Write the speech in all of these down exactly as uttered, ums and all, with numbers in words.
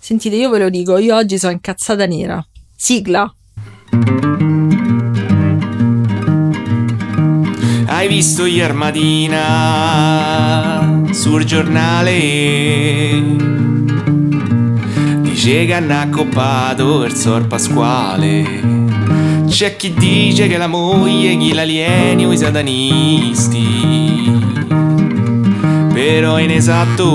Sentite, io ve lo dico, io oggi sono incazzata nera. Sigla. Hai visto ieri mattina sul giornale? Dice che hanno accoppato il Sor Pasquale. C'è chi dice che la moglie chi l'alieni o i satanisti, però è inesatto,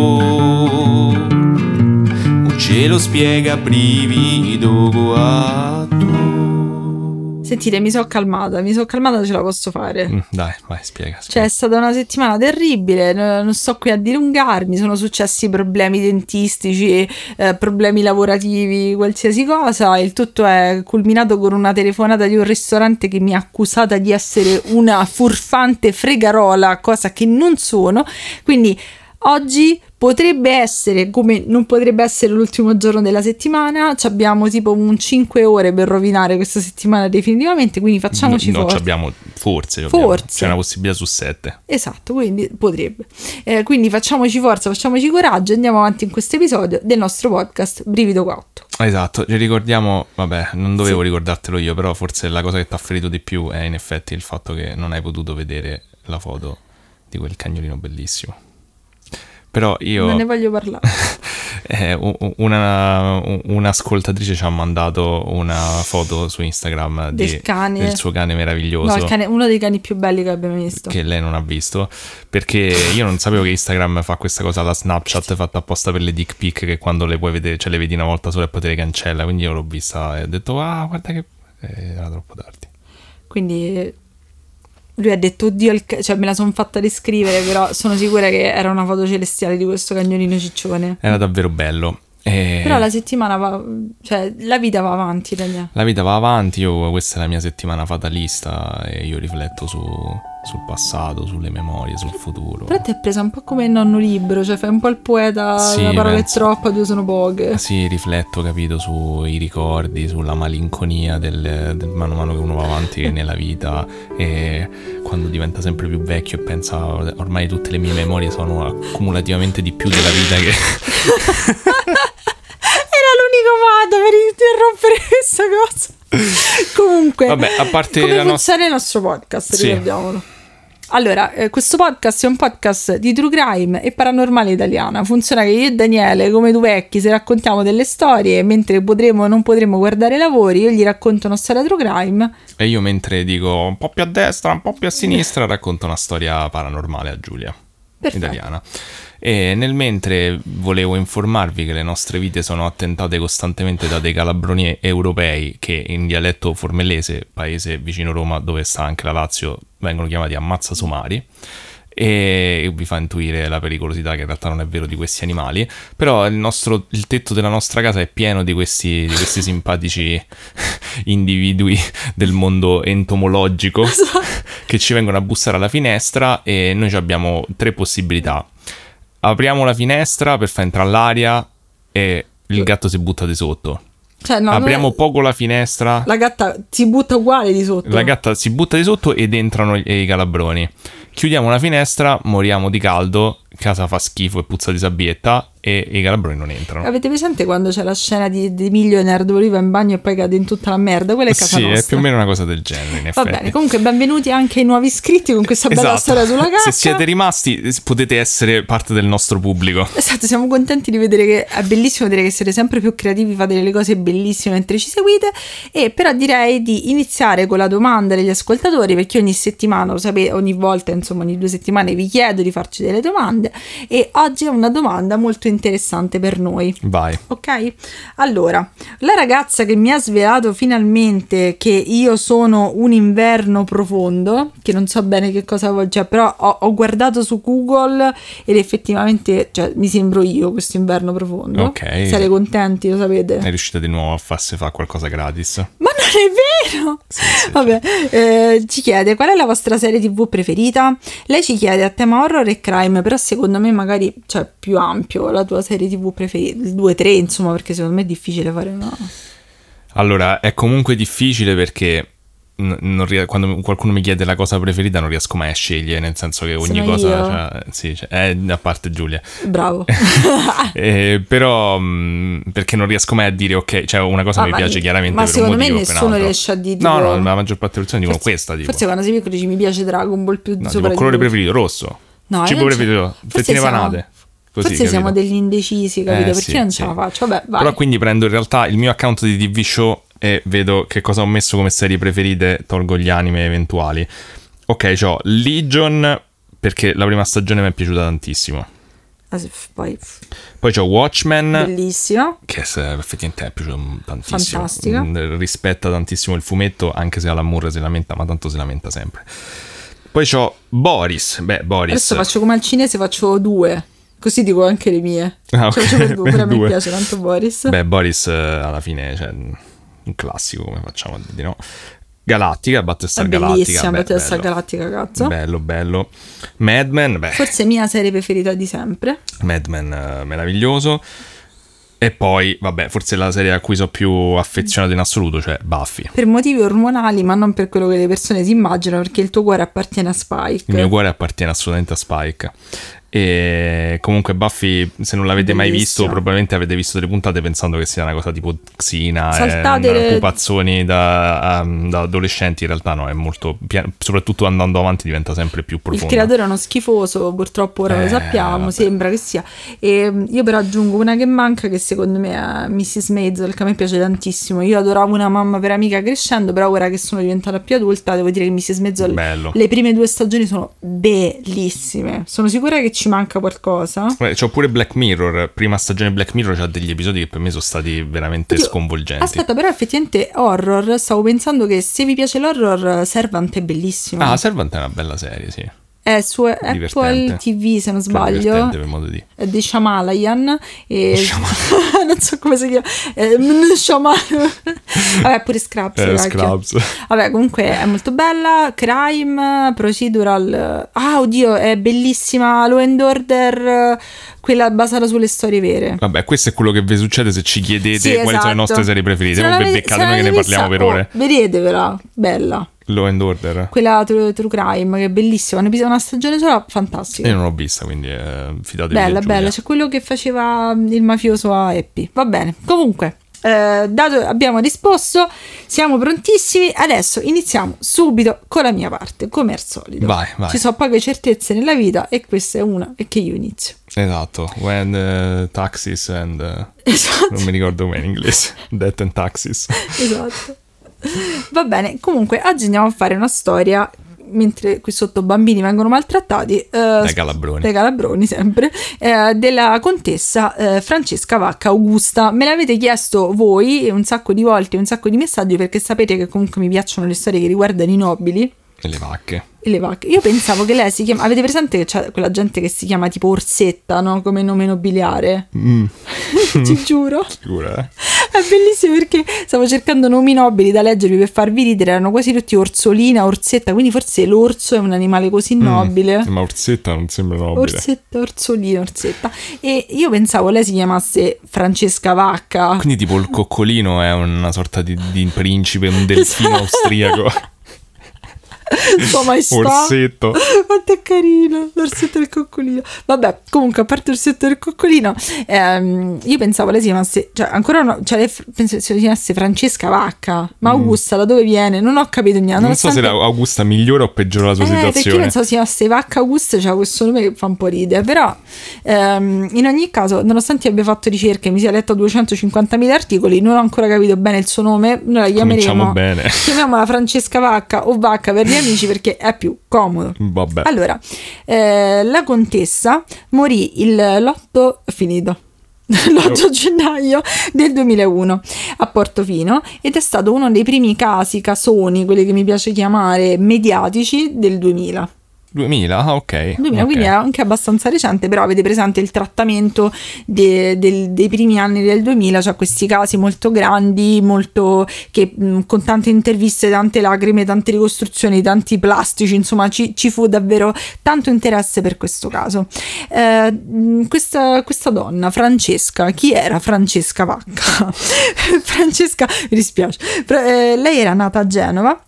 non ce lo spiega brivido coatto. Sentite, mi sono calmata, mi sono calmata, ce la posso fare. Mm, dai, vai, spiega, spiega. Cioè, è stata una settimana terribile, non sto qui a dilungarmi, sono successi problemi dentistici, eh, problemi lavorativi, qualsiasi cosa. Il tutto è culminato con una telefonata di un ristorante che mi ha accusata di essere una furfante fregarola, cosa che non sono. Quindi oggi potrebbe essere, come non potrebbe essere l'ultimo giorno della settimana, ci abbiamo tipo un cinque ore per rovinare questa settimana definitivamente, quindi facciamoci no, forza. No, abbiamo forse, forse. C'è una possibilità su sette. Esatto, quindi potrebbe. Eh, quindi facciamoci forza, facciamoci coraggio, andiamo avanti in questo episodio del nostro podcast Brivido quattro. Esatto, ci ricordiamo, vabbè, non dovevo sì. ricordartelo io, però forse la cosa che ti ha ferito di più è in effetti il fatto che non hai potuto vedere la foto di quel cagnolino bellissimo. Però io... Non ne voglio parlare. eh, una, un'ascoltatrice ci ha mandato una foto su Instagram di, del, cane. del suo cane meraviglioso. No, il cane, uno dei cani più belli che abbiamo visto. Che lei non ha visto, perché io non sapevo che Instagram fa questa cosa, la Snapchat fatta apposta per le dick pic, che quando le puoi vedere, cioè le vedi una volta sola e poi te le cancella. Quindi io l'ho vista e ho detto, ah, guarda che... Eh, era troppo tardi. Quindi... lui ha detto oddio, il ca-", cioè me la sono fatta riscrivere, però sono sicura che era una foto celestiale di questo cagnolino ciccione. Era davvero bello. E... però la settimana va, cioè la vita va avanti, Daniele. La vita va avanti, io questa è la mia settimana fatalista e io rifletto su, sul passato, sulle memorie, sul futuro. Però ti è presa un po' come il nonno libero, cioè fai un po' il poeta, sì, una parola penso... è troppa, due sono poche. Sì, rifletto, capito, sui ricordi, sulla malinconia del, del mano a mano che uno va avanti nella vita, e quando diventa sempre più vecchio e pensa ormai tutte le mie memorie sono accumulativamente di più della vita che... Era l'unico modo per interrompere questa cosa. Comunque, vabbè, a parte come la funziona no... il nostro podcast, sì. ricordiamolo. Allora, eh, questo podcast è un podcast di true crime e paranormale italiana. Funziona che io e Daniele, come due vecchi, se raccontiamo delle storie, mentre potremo o non potremo guardare i lavori, io gli racconto una storia true crime. E io mentre dico un po' più a destra, un po' più a sinistra, racconto una storia paranormale a Giulia. Perfetto. Italiana. E nel mentre volevo informarvi che le nostre vite sono attentate costantemente da dei calabroni europei che in dialetto formellese, paese vicino Roma dove sta anche la Lazio, vengono chiamati ammazza somari, e vi fa intuire la pericolosità che in realtà non è vero di questi animali. Però il nostro il tetto della nostra casa è pieno di questi, di questi simpatici individui del mondo entomologico che ci vengono a bussare alla finestra, e noi abbiamo tre possibilità. Apriamo la finestra per far entrare l'aria e il gatto si butta di sotto. Cioè, no, apriamo è... poco la finestra, la gatta si butta uguale di sotto. La gatta si butta di sotto ed entrano i, i calabroni. Chiudiamo la finestra, moriamo di caldo, casa fa schifo e puzza di sabbietta e i calabroni non entrano. Avete presente quando c'è la scena di, di Millionaire dove lui va in bagno e poi cade in tutta la merda? Quella è casa sì, nostra. Sì, è più o meno una cosa del genere, in effetti. Va bene, comunque benvenuti anche ai nuovi iscritti con questa bella esatto. storia sulla gatta. Se siete rimasti potete essere parte del nostro pubblico. Esatto, siamo contenti di vedere che è bellissimo vedere che siete sempre più creativi, fate delle cose bellissime mentre ci seguite. E però direi di iniziare con la domanda degli ascoltatori, perché ogni settimana, lo sapete, ogni volta, insomma ogni due settimane vi chiedo di farci delle domande, e oggi è una domanda molto interessante per noi. Vai. Ok? Allora, la ragazza che mi ha svelato finalmente che io sono un inverno profondo, che non so bene che cosa vuol, cioè, però ho, ho guardato su Google ed effettivamente, cioè, mi sembro io questo inverno profondo. Ok. Siete contenti, lo sapete? È riuscita di nuovo a farsi fare qualcosa gratis. Ma non è vero! Sì, sì, Vabbè, eh, ci chiede qual è la vostra serie tv preferita? Lei ci chiede a tema horror e crime, però secondo me magari, cioè, più ampio la tua serie tv preferita, due tre insomma, perché secondo me è difficile fare una... Allora, è comunque difficile perché non ries- quando qualcuno mi chiede la cosa preferita non riesco mai a scegliere, nel senso che ogni Sono cosa io. cioè, sì, cioè, eh, a parte Giulia Bravo. eh, però mh, perché non riesco mai a dire ok, cioè una cosa Ah, mi ma- piace chiaramente ma per un secondo me motivo o per un nessuno altro. riesce a dire no tipo- no la maggior parte delle persone dicono Forse- questa tipo, Forse quando sei piccolo dici mi piace Dragon Ball più no, sopra tipo di colore tutti. preferito rosso, No, cibo io non c'è- preferito forse fettine siamo- panate. Così, Forse siamo capito? degli indecisi, capito? Eh, Perché sì, io non sì. ce la faccio. Vabbè, vai. Però quindi prendo in realtà il mio account di T V Show e vedo che cosa ho messo come serie preferite, tolgo gli anime eventuali. Ok, c'ho Legion perché la prima stagione mi è piaciuta tantissimo. Ah, sì, poi Poi c'ho Watchmen, bellissima. che se- effettivamente è piaciuto tantissimo. Fantastica. Mm, rispetta tantissimo il fumetto, anche se Alan Moore si lamenta, ma tanto si lamenta sempre. Poi c'ho Boris. Beh, Boris. Adesso faccio come al cinese, faccio due. Così dico anche le mie. Ah, Cioè, ok. faccio per due, però mi Due. piace tanto Boris. Beh, Boris eh, alla fine, cioè, un classico, come facciamo a dire, no? Galattica, Battlestar È Galactica. bellissima, beh, Battlestar bello. Galactica, cazzo. Bello, bello. Mad Men, beh, Forse mia serie preferita di sempre. Mad Men eh, meraviglioso. E poi, vabbè, forse la serie a cui sono più affezionato in assoluto, cioè Buffy. Per motivi ormonali, ma non per quello che le persone si immaginano, perché il tuo cuore appartiene a Spike. Il mio cuore appartiene assolutamente a Spike. E comunque Buffy, se non l'avete mai visto, Bellissima. probabilmente avete visto le puntate pensando che sia una cosa tipo Xena, Saltate eh, le- pupazzoni da, um, da adolescenti. In realtà no, è molto pian- soprattutto andando avanti diventa sempre più Il profondo. creatore è uno schifoso, purtroppo ora lo Eh, sappiamo, vabbè. sembra che sia. E mm, io però aggiungo una che manca, che secondo me è missus Maisel, che a me piace tantissimo. Io adoravo Una mamma per amica crescendo, però ora che sono diventata più adulta devo dire che missus Maisel, Bello. le prime due stagioni sono bellissime. Sono sicura che ci manca qualcosa. Eh, C'ho pure Black Mirror, prima stagione Black Mirror c'ha degli episodi che per me sono stati veramente Oddio, sconvolgenti. Aspetta, però effettivamente horror, stavo pensando che se vi piace l'horror, Servant è bellissimo. Ah, Servant è una bella serie, sì. È su Apple Divertente. T V se non Cioè, sbaglio. divertente per modo di... È di Shyamalan e Shyamalan. non so come si chiama. Eh, Shyamalan. Vabbè, pure Scraps. Eh, cacchio. Scrubs. Vabbè, comunque è molto bella. Crime, procedural. Ah, oddio, è bellissima. Law and Order, quella basata sulle storie vere. Vabbè, questo è quello che vi succede se ci chiedete Sì, quali sono esatto. le nostre serie preferite. Se non Voi l'avete- beccate se non noi che ne l'avete parliamo vista, per ore. oh, vedetevela, bella. Law and Order. Quella True, True Crime, che è bellissima. Una, una stagione sola, fantastica. Io non l'ho vista, quindi eh, fidatevi Bella, di Giulia. bella, c'è quello che faceva il mafioso a Happy. Va bene. Comunque, eh, dato abbiamo risposto, siamo prontissimi. Adesso iniziamo subito con la mia parte, come al solito. Vai, vai. Ci sono poche certezze nella vita e questa è una e che io inizio. Esatto. When uh, taxis and... uh, Esatto. non mi ricordo come in inglese. Death and taxis. Esatto. Va bene, comunque oggi andiamo a fare una storia mentre qui sotto bambini vengono maltrattati eh, Dai calabroni. dai calabroni sempre eh, della contessa eh, Francesca Vacca Augusta. Me l'avete chiesto voi un sacco di volte, un sacco di messaggi, perché sapete che comunque mi piacciono le storie che riguardano i nobili E le vacche. e le vacche. Io pensavo che lei si chiama, avete presente che c'è quella gente che si chiama tipo Orsetta, no? Come nome nobiliare? Mm. Ti giuro. Sicura, eh? È bellissimo perché stavo cercando nomi nobili da leggervi per farvi ridere, erano quasi tutti Orsolina, Orsetta, quindi forse l'orso è un animale così nobile. Mm, ma Orsetta non sembra nobile. Orsetta, Orsolina, Orsetta. E io pensavo lei si chiamasse Francesca Vacca. Quindi tipo il coccolino è una sorta di, di principe, un delfino austriaco. Sua maestà. Orsetto. Quanto è carino l'orsetto del coccolino. Vabbè, comunque a parte l'orsetto del coccolino, ehm, io pensavo lei si chiamasse, cioè ancora no, cioè lei f- penso si chiamasse Francesca Vacca, ma Augusta da dove viene? Non ho capito niente. Non so se la Augusta migliora o peggiora la sua Eh, perché io situazione. pensavo si chiamasse Vacca Augusta, c'ha questo nome che fa un po' ridere, però ehm, in ogni caso, nonostante io abbia fatto ricerche e mi sia letto duecentocinquantamila articoli, non ho ancora capito bene il suo nome. Noi la Cominciamo chiameremo, bene. chiamiamola Francesca Vacca o Vacca per gli amici perché è più comodo. Vabbè. Allora, eh, la contessa morì il l'otto finito. l'otto gennaio del duemilauno a Portofino ed è stato uno dei primi casi, casoni, quelli che mi piace chiamare mediatici, del duemila. duemila? Ah, ok. duemila, ok. quindi è anche abbastanza recente, però avete presente il trattamento de- del- dei primi anni del duemila, cioè questi casi molto grandi, molto che mh, con tante interviste, tante lacrime, tante ricostruzioni, tanti plastici, insomma ci, ci fu davvero tanto interesse per questo caso. Eh, mh, questa, questa donna, Francesca, chi era Francesca Vacca? Francesca, mi dispiace, Fra- eh, lei era nata a Genova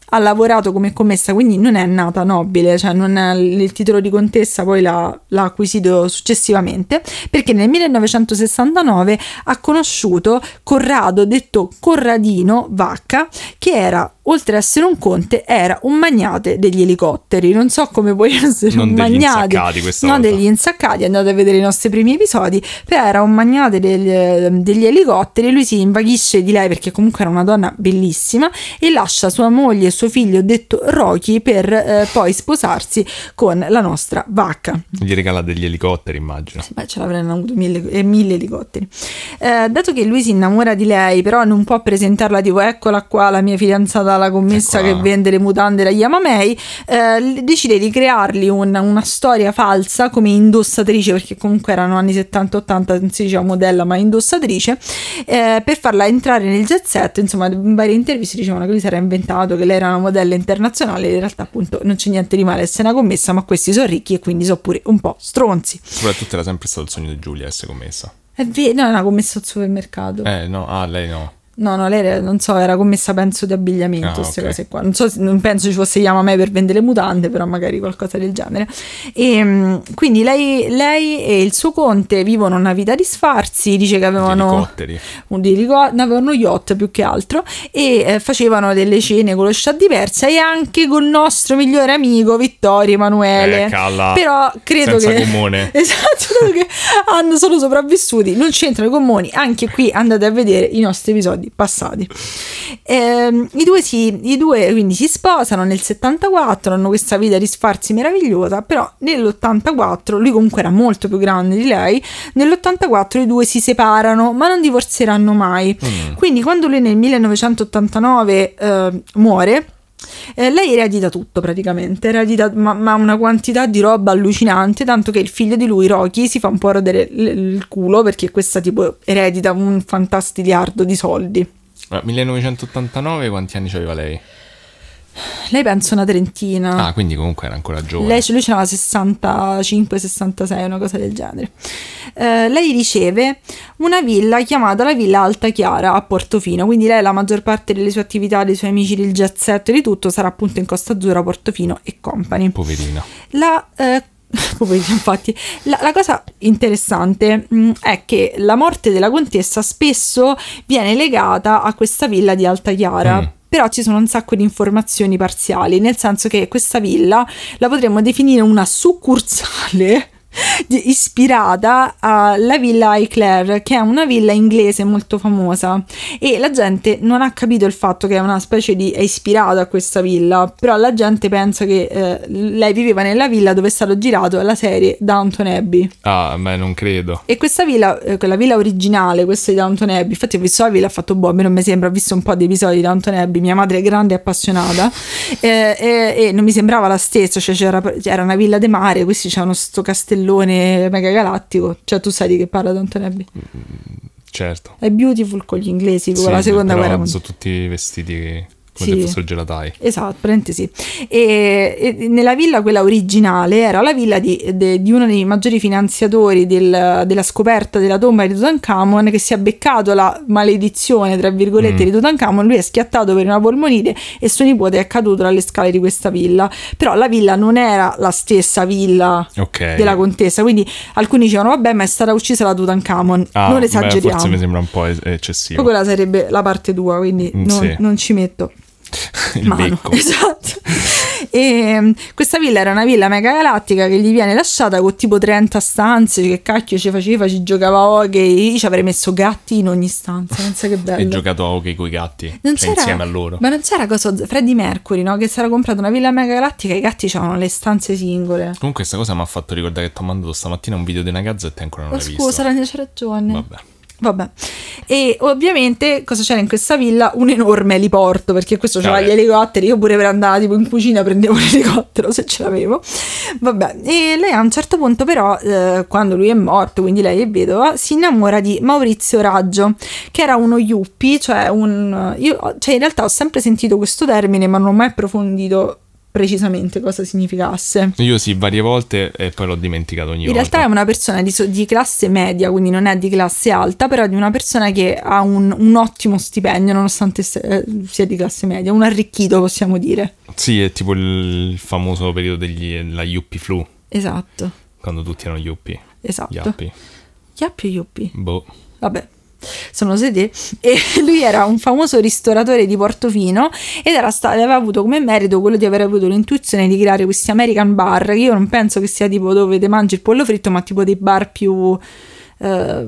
ha lavorato come commessa, quindi non è nata nobile, cioè non è, il titolo di contessa poi l'ha, l'ha acquisito successivamente, perché nel millenovecentosessantanove ha conosciuto Corrado, detto Corradino Vacca, che era, oltre ad essere un conte, era un magnate degli elicotteri. Non so come puoi essere non un degli magnate, insaccati questa non volta. degli insaccati, andate a vedere i nostri primi episodi, però era un magnate degli, degli elicotteri. Lui si invaghisce di lei perché comunque era una donna bellissima e lascia sua moglie e suo figlio, detto Rocky, per eh, poi sposarsi con la nostra Vacca. Gli regala degli elicotteri, immagino. Sì, beh, ce l'avranno avuto mille, eh, mille elicotteri. Eh, dato che lui si innamora di lei, però non può presentarla tipo eccola qua la mia fidanzata, la commessa Eccola. che vende le mutande da Yamamei, eh, decide di creargli un, una storia falsa come indossatrice, perché comunque erano anni settanta ottanta, non si diceva modella ma indossatrice, eh, per farla entrare nel jet set. Insomma, in varie interviste dicevano che lui si era inventato che lei era una modella internazionale, in realtà appunto non c'è niente di male essere una commessa, ma questi sono ricchi e quindi sono pure un po' stronzi. Soprattutto era sempre stato il sogno di Giulia essere commessa. È vero, no, è una commessa al supermercato. Eh no, ah lei no. No, no, lei era, non so, era commessa penso di abbigliamento, Ah, queste ok. cose qua. Non so, non penso ci fosse Yamamei per vendere le mutande, però magari qualcosa del genere. E mh, quindi lei, lei e il suo conte vivono una vita di sfarzi, dice che Gli avevano elicotteri. un di elico- avevano uno yacht più che altro e eh, facevano delle cene con lo scià di Persia e anche col nostro migliore amico Vittorio Emanuele. Eh, calla. Però credo Senza che gommone. esatto, credo che hanno solo sopravvissuti, non c'entrano i gommoni. Anche qui andate a vedere i nostri episodi passati. Ehm, i due si i due quindi si sposano nel settantaquattro, hanno questa vita di sfarzi meravigliosa, però nell'ottantaquattro lui comunque era molto più grande di lei. Nell'ottantaquattro i due si separano, ma non divorzieranno mai. Mm. Quindi quando lui nel millenovecentottantanove eh, muore, Eh, lei eredita tutto praticamente, eredita ma, ma una quantità di roba allucinante, tanto che il figlio di lui, Rocky, si fa un po' rodere l- il culo perché questa tipo eredita un fantastiliardo di soldi. Ma millenovecentottantanove quanti anni aveva lei? Lei pensa una trentina. Ah, quindi comunque era ancora giovane. Lei, lui ce n'aveva sessantacinque sessantasei, una cosa del genere. Eh, lei riceve una villa chiamata la Villa Alta Chiara a Portofino, quindi lei la maggior parte delle sue attività, dei suoi amici, del jet set e di tutto sarà appunto in Costa Azzurra, Portofino e company. Poverina. La eh, poverina, infatti la, la cosa interessante mh, è che la morte della contessa spesso viene legata a questa villa di Alta Chiara. Mm. Però ci sono un sacco di informazioni parziali, nel senso che questa villa la potremmo definire una succursale di- ispirata alla villa Highclere, che è una villa inglese molto famosa, e la gente non ha capito il fatto che è una specie di è ispirata a questa villa, però la gente pensa che eh, lei viveva nella villa dove è stato girato la serie Downton Abbey. Ah, beh, non credo. E questa villa, eh, quella villa originale, questa di Downton Abbey, infatti ho visto la villa, ha fatto boh, a me non mi sembra, ho visto un po' di episodi di Downton Abbey, mia madre è grande e appassionata, eh, e, e non mi sembrava la stessa, cioè c'era, era una villa de mare, questi c'erano sto castellone mega galattico, cioè tu sai di che parla Downton Abbey? Certo. È Beautiful con gli inglesi, con Sì, la seconda però guerra mondiale. sono tutti vestiti come Sì. se fossero gelatai. Esatto, praticamente sì. E, e nella villa, quella originale, era la villa di, de- di uno dei maggiori finanziatori del- della scoperta della tomba di Tutankhamon, che si è beccato la maledizione, tra virgolette, Mm. di Tutankhamon. Lui è schiattato per una polmonite e suo nipote è caduto dalle scale di questa villa. Però la villa non era la stessa villa Ok. della contessa, quindi alcuni dicevano vabbè, ma è stata uccisa da Tutankhamon. Ah, Non beh, esageriamo. forse mi sembra un po' es- eccessivo. Poi quella sarebbe la parte tua, quindi Mm, non, sì. non ci metto Il mano. becco. Esatto. E um, questa villa era una villa mega galattica che gli viene lasciata con tipo trenta stanze. Che cacchio ci faceva? Ci giocava a hockey. Io ci avrei messo gatti in ogni stanza. Pensa che bello. Hai giocato a hockey coi gatti? Non Cioè, c'era- insieme a loro? Ma non c'era cosa Freddie Mercury, no? Che si era comprato una villa mega galattica e i gatti c'avevano le stanze singole. Comunque questa cosa mi ha fatto ricordare che ti ho mandato stamattina un video di una gazzetta e ancora non Oh, l'hai scusa, visto. c'è ragione. Vabbè. Vabbè, e ovviamente cosa c'era in questa villa? Un enorme eliporto, perché questo c'aveva Vabbè. gli elicotteri. Io pure per andare tipo in cucina prendevo l'elicottero se ce l'avevo. Vabbè, e lei a un certo punto però, eh, quando lui è morto, quindi lei è vedova, si innamora di Maurizio Raggio, che era uno yuppie, cioè un... Io, cioè in realtà ho sempre sentito questo termine, ma non ho mai approfondito precisamente cosa significasse. Io sì, varie volte e poi l'ho dimenticato ogni In volta. In realtà è una persona di, so- di classe media, quindi non è di classe alta, però di una persona che ha un, un ottimo stipendio nonostante se- sia di classe media, un arricchito possiamo dire. Sì, è tipo il famoso periodo della Yuppie Flu. Esatto. Quando tutti erano Yuppie. Esatto. Yappi. Yappi o Yuppie? Boh. Vabbè. Sono sede e lui era un famoso ristoratore di Portofino ed era stato, aveva avuto come merito quello di aver avuto l'intuizione di creare questi American bar, che io non penso che sia tipo dove te mangi il pollo fritto, ma tipo dei bar più eh,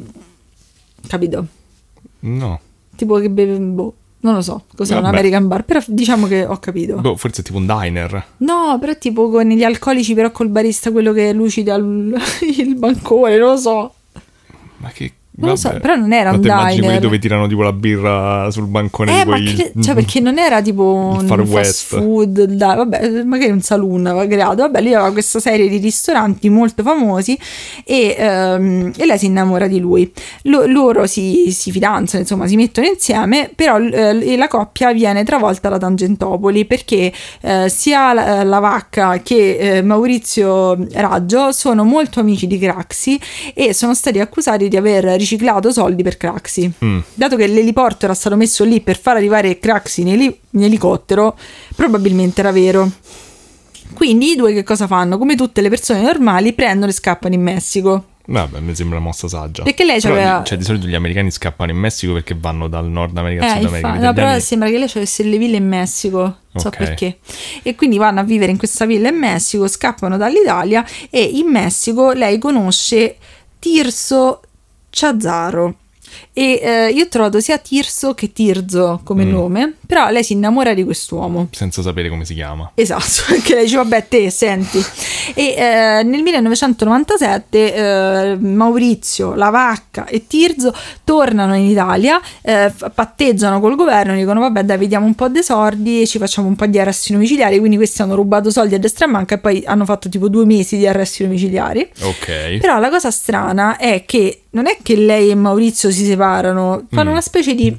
capito? No. Tipo che beve, boh, non lo so cos'è Vabbè. un American bar, però diciamo che ho capito. Boh, forse è tipo un diner. No, però tipo con gli alcolici, però col barista quello che lucida il, il bancone, non lo so. Ma che... Non lo so, però non era ma un te immagini diner. quelli dove tirano tipo la birra sul bancone Eh, di quei... ma che, cioè perché non era tipo un Far fast West. food, dai, vabbè, magari un saloon aveva creato, vabbè, lui aveva questa serie di ristoranti molto famosi e, ehm, e lei si innamora di lui. Lo- loro si, si fidanzano, insomma, si mettono insieme, però eh, la coppia viene travolta da Tangentopoli perché eh, sia la, la Vacca che eh, Maurizio Raggio sono molto amici di Craxi e sono stati accusati di aver riciclato soldi per Craxi. Mm. Dato che l'eliporto era stato messo lì per far arrivare Craxi in, eli- in elicottero, probabilmente era vero. Quindi i due che cosa fanno? Come tutte le persone normali, prendono e scappano in Messico. Vabbè, mi sembra una mossa saggia. Perché lei Però, c'aveva... cioè, di solito gli americani scappano in Messico perché vanno dal Nord America al Eh, Sud America. infa- Gli no, però italiani- sembra che lei avesse le ville in Messico, non so Ok. perché. E quindi vanno a vivere in questa villa in Messico, scappano dall'Italia e in Messico lei conosce Tirso Chazaro. E eh, io ho trovato sia Tirso che Tirzo come Mm. nome, però lei si innamora di quest'uomo. Senza sapere come si chiama. Esatto, perché lei dice vabbè te senti e eh, nel millenovecentonovantasette eh, Maurizio, la Vacca e Tirzo tornano in Italia, eh, f- patteggiano col governo, dicono vabbè dai vediamo un po' dei soldi e ci facciamo un po' di arresti domiciliari, quindi questi hanno rubato soldi a destra e a manca e poi hanno fatto tipo due mesi di arresti domiciliari. Ok. Però la cosa strana è che non è che lei e Maurizio si separano, fanno Mm. una specie di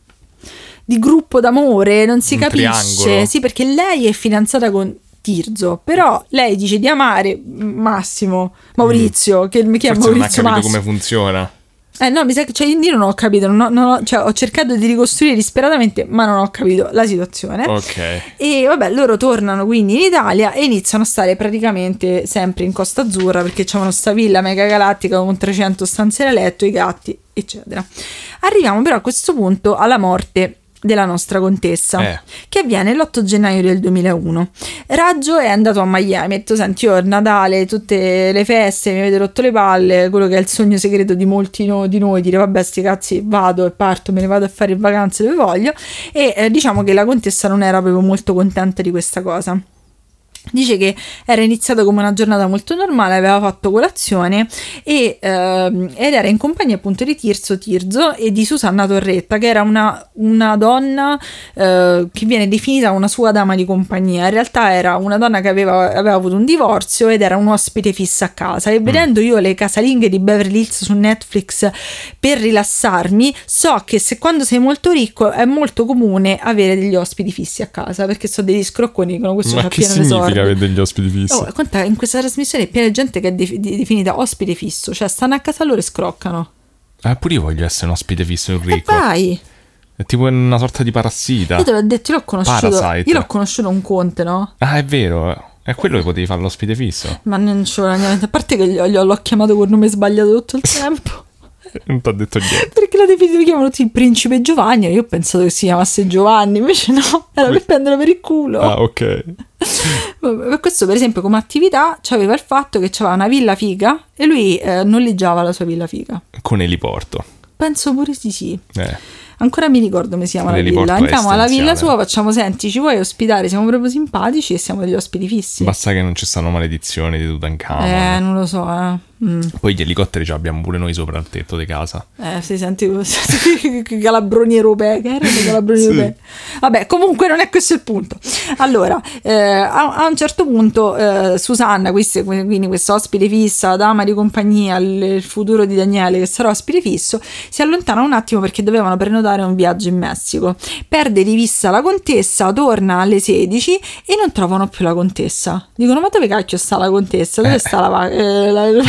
di gruppo d'amore, non si Un capisce. triangolo. Sì, perché lei è fidanzata con Tirzo, però lei dice di amare Massimo, Maurizio, che, che è Forse non ha Maurizio capito Massimo. come funziona. Eh no, mi sa che cioè, io non ho capito, non ho- non ho- cioè, ho cercato di ricostruire disperatamente, ma non ho capito la situazione. Ok. E vabbè, loro tornano quindi in Italia e iniziano a stare praticamente sempre in Costa Azzurra perché c'avevano sta villa mega galattica con trecento stanze da letto, i gatti, eccetera. Arriviamo però a questo punto alla morte della nostra contessa, Eh. che avviene l'otto gennaio del duemilauno. Raggio è andato a Miami, ha detto senti io il Natale, tutte le feste, mi avete rotto le palle, quello che è il sogno segreto di molti no- di noi, dire vabbè sti cazzi vado e parto, me ne vado a fare vacanze dove voglio e eh, diciamo che la contessa non era proprio molto contenta di questa cosa. Dice che era iniziata come una giornata molto normale, aveva fatto colazione e, ehm, ed era in compagnia appunto di Tirso Tirzo e di Susanna Torretta, che era una, una donna eh, che viene definita una sua dama di compagnia. In realtà era una donna che aveva, aveva avuto un divorzio ed era un ospite fissa a casa. E vedendo io le casalinghe di Beverly Hills su Netflix per rilassarmi, so che se quando sei molto ricco è molto comune avere degli ospiti fissi a casa, perché sono degli scrocconi, dicono questo Ma c'ha che pieno di significa soldi. avere degli ospiti fissi? Oh, conta, in questa trasmissione è piena di gente che è de- de- definita ospite fisso, cioè stanno a casa loro e scroccano. Eh, pure io voglio essere un ospite fisso e un E ricco. vai! È tipo una sorta di parassita. Io te l'ho detto, io l'ho conosciuto. Parasite. Io l'ho conosciuto un conte, no? Ah, è vero. È quello che potevi fare l'ospite fisso. Ma non ci vuole niente. A parte che gli ho- gli ho- l'ho chiamato col nome sbagliato tutto il tempo. Non ti ho detto niente. Perché la definitiva chiamano tutti il principe Giovanni. E io ho pensato che si chiamasse Giovanni, invece no, era per prenderlo per il culo. Ah, ok. Vabbè, per questo, per esempio, come attività c'aveva il fatto che c'aveva una villa figa e lui eh, noleggiava la sua villa figa. Con eliporto. Penso pure di sì. Eh. Ancora mi ricordo come si chiama la L'eliporto villa. è Andiamo alla villa essenziale. sua, facciamo senti, ci vuoi ospitare? Siamo proprio simpatici e siamo degli ospiti fissi. Basta che non ci stanno maledizioni di Tutankhamon. Eh, non lo so, eh. Mm. Poi gli elicotteri ce li abbiamo pure noi sopra il tetto di casa. Eh, si senti calabroni europei, che erano calabroni sì. europei. Vabbè, comunque non è questo il punto. Allora, eh, a, a un certo punto eh, Susanna, questi, quindi questo ospite fissa, dama di compagnia, il, il futuro di Daniele che sarà ospite fisso, si allontana un attimo perché dovevano prenotare un viaggio in Messico. Perde di vista la contessa, torna alle sedici e non trovano più la contessa. Dicono: ma dove cacchio sta la contessa? Dove eh. sta la vaca? Eh, la, la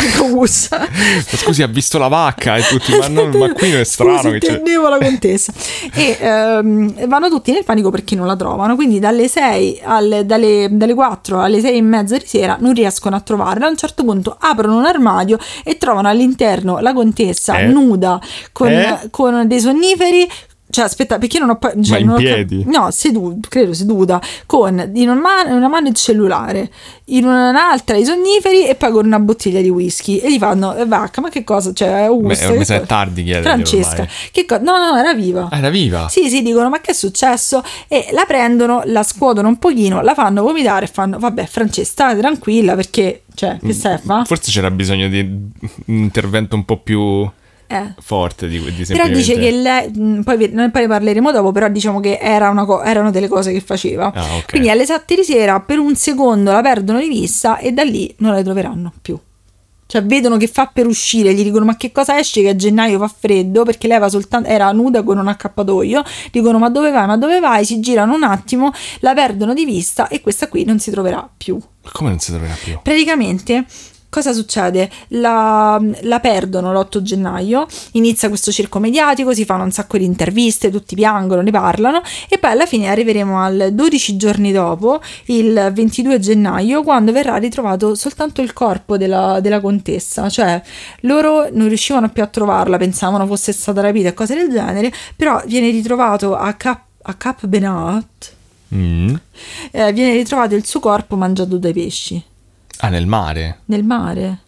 Scusi, ha visto la vacca e tutti, ma, non, ma qui è strano. Scusi, che intendevo la contessa. E ehm, vanno tutti nel panico perché non la trovano, quindi dalle sei alle, dalle, dalle quattro alle sei e mezza di sera non riescono a trovarla. A un certo punto aprono un armadio e trovano all'interno la contessa eh? nuda con, eh? con dei sonniferi. Cioè, aspetta, perché non ho poi. Cioè, ma in non piedi? Ho, no, seduta, credo seduta, con in una mano, in una mano il cellulare, in un'altra i sonniferi e poi con una bottiglia di whisky. E gli fanno: eh, vacca, ma che cosa? Cioè, Augusta, mi sa è tardi chiedere. Francesca, che cosa? No, no, era viva. Ah, era viva? Sì, sì, dicono: ma che è successo? E la prendono, la scuotono un pochino, la fanno vomitare e fanno: vabbè, Francesca, state tranquilla perché, cioè, che stai a fa? Forse c'era bisogno di un intervento un po' più. Eh. forte di, di però dice che lei poi, noi poi ne parleremo dopo, però diciamo che era una co- erano delle cose che faceva ah, okay. Quindi alle sette di sera per un secondo la perdono di vista e da lì non la troveranno più. Cioè vedono che fa per uscire, gli dicono: ma che cosa esce che a gennaio fa freddo, perché lei aveva soltanto, era nuda con un accappatoio. Dicono: ma dove vai, ma dove vai? Si girano un attimo, la perdono di vista e questa qui non si troverà più. Come non si troverà più? Praticamente cosa succede? La, la perdono l'otto gennaio, inizia questo circo mediatico, si fanno un sacco di interviste, tutti piangono, ne parlano e poi alla fine arriveremo al dodici giorni dopo, il ventidue gennaio, quando verrà ritrovato soltanto il corpo della, della contessa. Cioè loro non riuscivano più a trovarla, pensavano fosse stata rapita e cose del genere, però viene ritrovato a Cap, a Cap Benat, mm. eh, viene ritrovato il suo corpo mangiato dai pesci. Ah, nel mare? Nel mare.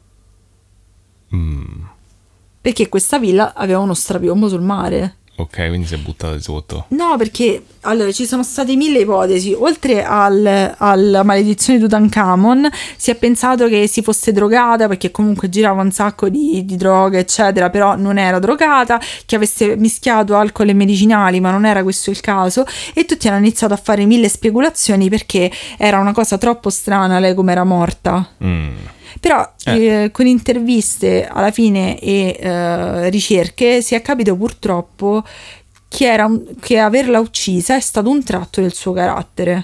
Mm. Perché questa villa aveva uno strapiombo sul mare. Ok, quindi si è buttata di sotto. No, perché allora ci sono state mille ipotesi. Oltre al, alla maledizione di Tutankhamon, si è pensato che si fosse drogata, perché comunque girava un sacco di, di droga, eccetera, però non era drogata, che avesse mischiato alcol e medicinali, ma non era questo il caso. E tutti hanno iniziato a fare mille speculazioni perché era una cosa troppo strana lei come era morta. Mm. Però eh. Eh, con interviste alla fine e eh, ricerche si è capito purtroppo che, era un, che averla uccisa è stato un tratto del suo carattere.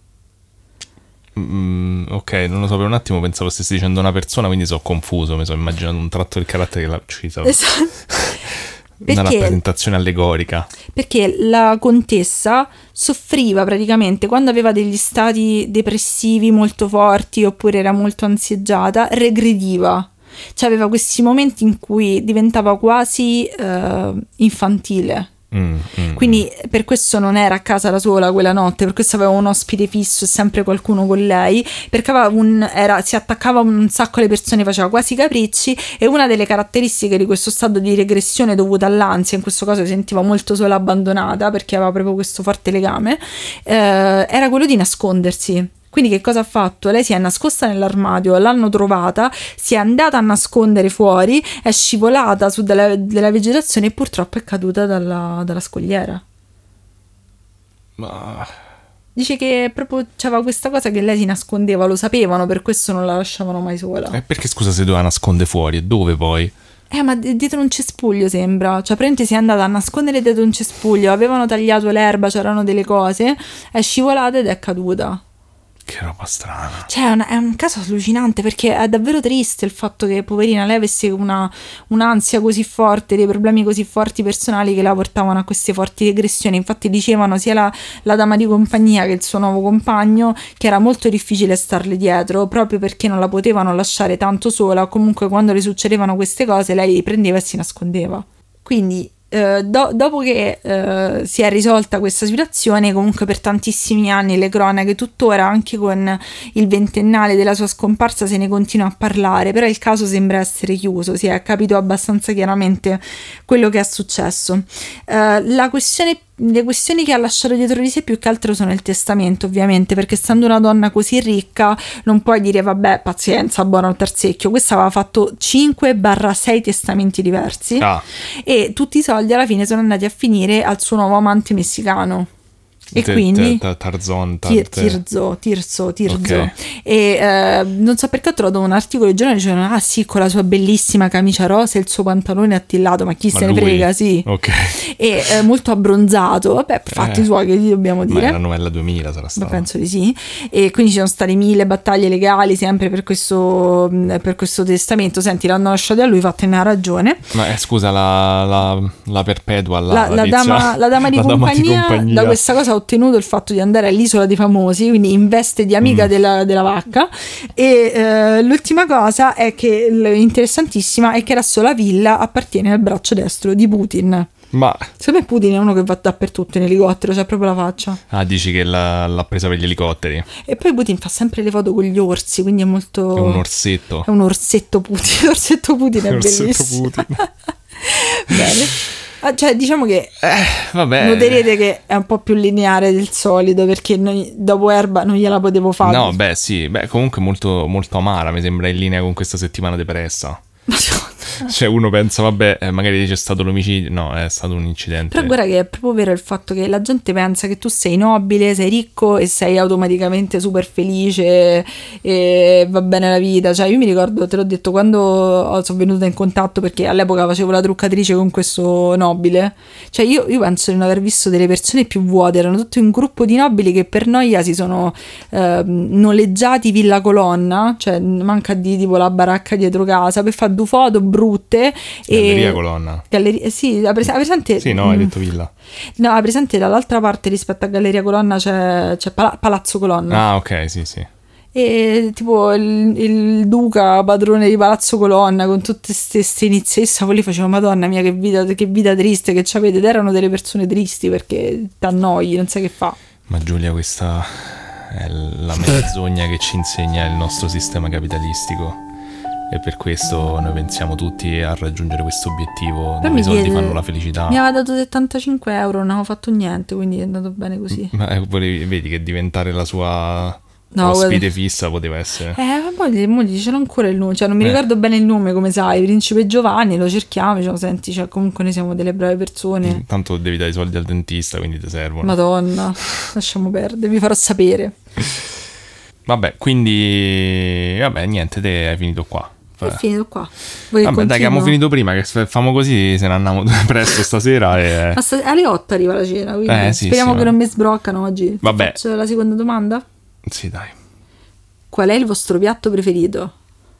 Mm, ok, non lo so, per un attimo pensavo stessi dicendo una persona, quindi sono confuso, mi sono immaginato un tratto del carattere che l'ha uccisa. Esatto. Una perché, rappresentazione allegorica. Perché la contessa soffriva praticamente quando aveva degli stati depressivi molto forti oppure era molto ansieggiata, regrediva. Cioè aveva questi momenti in cui diventava quasi eh, infantile. Mm, mm, Quindi per questo non era a casa da sola quella notte, per questo aveva un ospite fisso e sempre qualcuno con lei, perché aveva un, era, si attaccava un sacco alle persone, faceva quasi capricci, e una delle caratteristiche di questo stato di regressione dovuta all'ansia, in questo caso si sentiva molto sola, abbandonata perché aveva proprio questo forte legame, eh, era quello di nascondersi. Quindi che cosa ha fatto? Lei si è nascosta nell'armadio, l'hanno trovata, si è andata a nascondere fuori, è scivolata su della, della vegetazione e purtroppo è caduta dalla, dalla scogliera. Ma... Dice che proprio c'aveva questa cosa che lei si nascondeva, lo sapevano, per questo non la lasciavano mai sola. E perché scusa se doveva nascondere fuori? E dove poi? Eh, ma dietro un cespuglio sembra. Cioè, praticamente si è andata a nascondere dietro un cespuglio, avevano tagliato l'erba, c'erano delle cose, è scivolata ed è caduta. Che roba strana. Cioè è un, è un caso allucinante, perché è davvero triste il fatto che poverina lei avesse una, un'ansia così forte, dei problemi così forti personali che la portavano a queste forti regressioni. Infatti dicevano sia la, la dama di compagnia che il suo nuovo compagno che era molto difficile starle dietro, proprio perché non la potevano lasciare tanto sola. Comunque quando le succedevano queste cose lei prendeva e si nascondeva. Quindi Uh, do- dopo che uh, si è risolta questa situazione, comunque per tantissimi anni le cronache, tuttora anche con il ventennale della sua scomparsa, se ne continua a parlare, però il caso sembra essere chiuso, si è capito abbastanza chiaramente quello che è successo. Uh, la questione le questioni che ha lasciato dietro di sé più che altro sono il testamento, ovviamente, perché essendo una donna così ricca non puoi dire vabbè, pazienza, buono al terzecchio. Questa aveva fatto cinque sei testamenti diversi ah. e tutti i soldi alla fine sono andati a finire al suo nuovo amante messicano. E te, quindi te, te, Tarzon, tir, Tirzo, Tirzo, Tirzo. Okay. E eh, non so perché ho trovato un articolo di giornale, dicevano ah sì, con la sua bellissima camicia rosa e il suo pantalone attillato, ma chi ma se lui? ne frega, sì. Okay. E eh, molto abbronzato, vabbè, fatti eh, suoi, che gli dobbiamo dire. Ma è la novella duemila sarà stata. Penso di sì. E quindi ci sono state mille battaglie legali sempre per questo, per questo testamento. Senti, l'hanno lasciato a lui, fattene una ragione. Ma eh, scusa, la, la, la perpetua, la, la, la, dama, la dama di, la compagnia, dama di compagnia da questa cosa ottenuto il fatto di andare all'isola dei famosi, quindi in veste di amica mm. della, della vacca. E eh, l'ultima cosa è che interessantissima è che la sola villa appartiene al braccio destro di Putin. Ma secondo me Putin è uno che va dappertutto in elicottero, c'ha proprio la faccia. Ah, dici che l'ha, l'ha presa per gli elicotteri. E poi Putin fa sempre le foto con gli orsi, quindi è molto... È un orsetto. È un orsetto Putin. L'orsetto Putin è orsetto bellissimo. Putin. Bene. Ah, cioè diciamo che eh, vabbè. noterete che è un po' più lineare del solito, perché noi, dopo Erba non gliela potevo fare. No, beh sì, beh comunque molto, molto amara, mi sembra in linea con questa settimana depressa. Cioè uno pensa vabbè eh, magari c'è stato l'omicidio, no, è stato un incidente. Però guarda che è proprio vero il fatto che la gente pensa che tu sei nobile, sei ricco e sei automaticamente super felice e va bene la vita. Cioè io mi ricordo, te l'ho detto, quando sono venuta in contatto, perché all'epoca facevo la truccatrice con questo nobile, cioè io, io penso di non aver visto delle persone più vuote, erano tutti un gruppo di nobili che per noia si sono eh, noleggiati Villa Colonna, cioè manca di tipo la baracca dietro casa, per fare due foto brutte. Galleria e... Colonna. Galleria, sì, la pres- la presente... Sì, no, hai detto Villa. No, la presente dall'altra parte rispetto a Galleria Colonna c'è, c'è Pala- Palazzo Colonna. Ah, ok, sì, sì. E tipo il, il duca padrone di Palazzo Colonna con tutte queste inizie, e stavo lì facevo madonna mia che vita, che vita triste che c'avete, ed erano delle persone tristi perché t'annoi, non sai che fa. Ma Giulia, questa è la menzogna che ci insegna il nostro sistema capitalistico. E per questo noi pensiamo tutti a raggiungere questo obiettivo dove i soldi chiede, fanno la felicità. Mi aveva dato settantacinque euro, non avevo fatto niente, quindi è andato bene così. Ma eh, volevi, vedi che diventare la sua no, ospite guarda. fissa poteva essere. Eh, ma poi mo gli c'era ancora il nome, cioè non mi eh. ricordo bene il nome, come sai, Principe Giovanni, lo cerchiamo, diciamo, senti, cioè comunque noi siamo delle brave persone. Tanto devi dare i soldi al dentista, quindi ti servono. Madonna, lasciamo perdere, vi farò sapere. Vabbè, quindi vabbè, niente, te hai finito qua. È finito qua. Vuoi Vabbè, dai, che abbiamo finito prima, che famo così, se ne andiamo presto stasera. E... st- alle otto arriva la cena, quindi eh, sì, speriamo sì, che ma... non mi sbroccano oggi. Vabbè. Faccio la seconda domanda? Sì, dai. Qual è il vostro piatto preferito?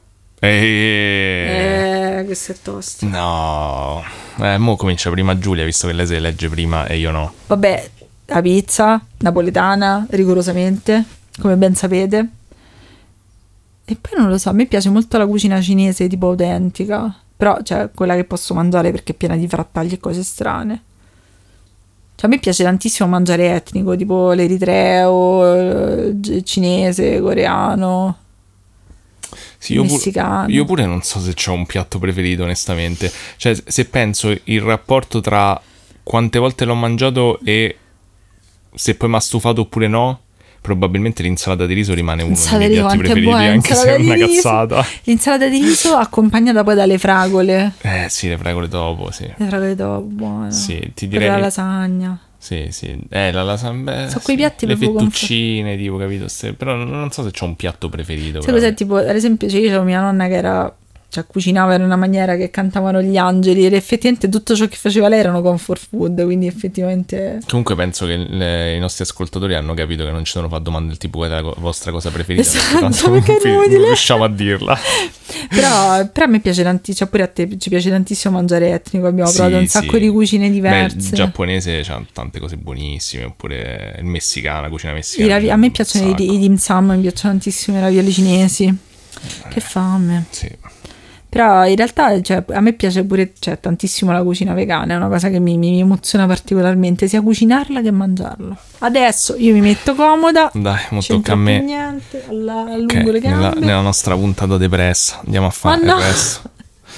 E... Eh, questo è tosto. No. Eh, mo comincia prima Giulia, visto che lei se legge prima e io no. Vabbè, la pizza napoletana, rigorosamente, come ben sapete. E poi non lo so, a me piace molto la cucina cinese tipo autentica, però cioè quella che posso mangiare perché è piena di frattagli e cose strane. Cioè a me piace tantissimo mangiare etnico, tipo l'eritreo, cinese, coreano, sì, io messicano. Pure, io pure non so se c'ho un piatto preferito onestamente. Cioè se penso il rapporto tra quante volte l'ho mangiato e se poi mi ha stufato oppure no, probabilmente l'insalata di riso rimane uno l'insalata dei miei piatti preferiti, buona, anche se è una riso, cazzata. L'insalata di riso accompagnata poi dalle fragole. Eh sì, le fragole dopo, sì. Le fragole dopo, buone. Sì, ti direi... Per la lasagna. Sì, sì. Eh, la lasagna... Sono sì. quei piatti le proprio fettuccine, conf... tipo, capito? Però non so se c'ho un piatto preferito. Sai cos'è? Tipo, ad esempio, cioè, io c'avevo mia nonna che era... cioè cucinava in una maniera che cantavano gli angeli ed effettivamente tutto ciò che faceva lei erano comfort food, quindi effettivamente comunque penso che le, i nostri ascoltatori hanno capito che non ci sono fatti domande del tipo qual è la vostra cosa preferita, esatto, perché, perché non, non riusciamo a dirla. però, però a me piace tantissimo, cioè pure a te ci piace tantissimo mangiare etnico, abbiamo sì, provato un sacco sì. di cucine diverse. Beh, il giapponese c'ha tante cose buonissime, oppure il messicano, la cucina messicana. Ravi- a me piacciono i, i dim sum, mi piacciono tantissimo i ravioli cinesi. Eh, che fame. Sì. Però in realtà cioè, a me piace pure cioè, tantissimo la cucina vegana, è una cosa che mi, mi emoziona particolarmente, sia cucinarla che mangiarla. Adesso io mi metto comoda. Dai, mo tocca a me. Niente, alla, allungo okay, le gambe. Nella, nella nostra puntata depressa andiamo a fare Ma il no. resto.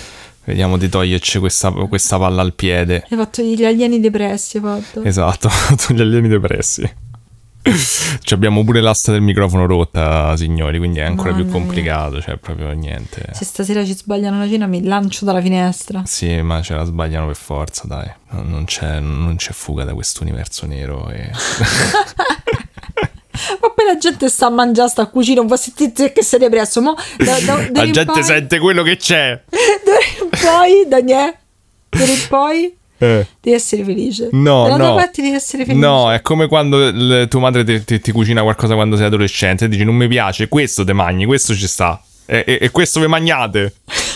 Vediamo di toglierci questa, questa palla al piede. Hai fatto gli alieni depressi, hai fatto. Esatto, ho fatto gli alieni depressi. Ci abbiamo pure l'asta del microfono rotta, signori, quindi è ancora Mamma più complicato, mia. Cioè proprio niente. Se stasera ci sbagliano la cena mi lancio dalla finestra. Sì, ma ce la sbagliano per forza, dai. Non c'è, non c'è fuga da questo universo nero e... Ma poi la gente sta a mangiare, sta a cucire, un po' sentite che sei depresso. Mo, da, da, da la gente poi, sente quello che c'è. D'ora in poi, Daniele, d'ora in poi Eh. devi essere felice. No, Dalla no. tua parte devi essere felice. No, è come quando l- tua madre ti, ti, ti cucina qualcosa quando sei adolescente e dici non mi piace, questo te mangi, questo ci sta. E, e, e questo vi magnate.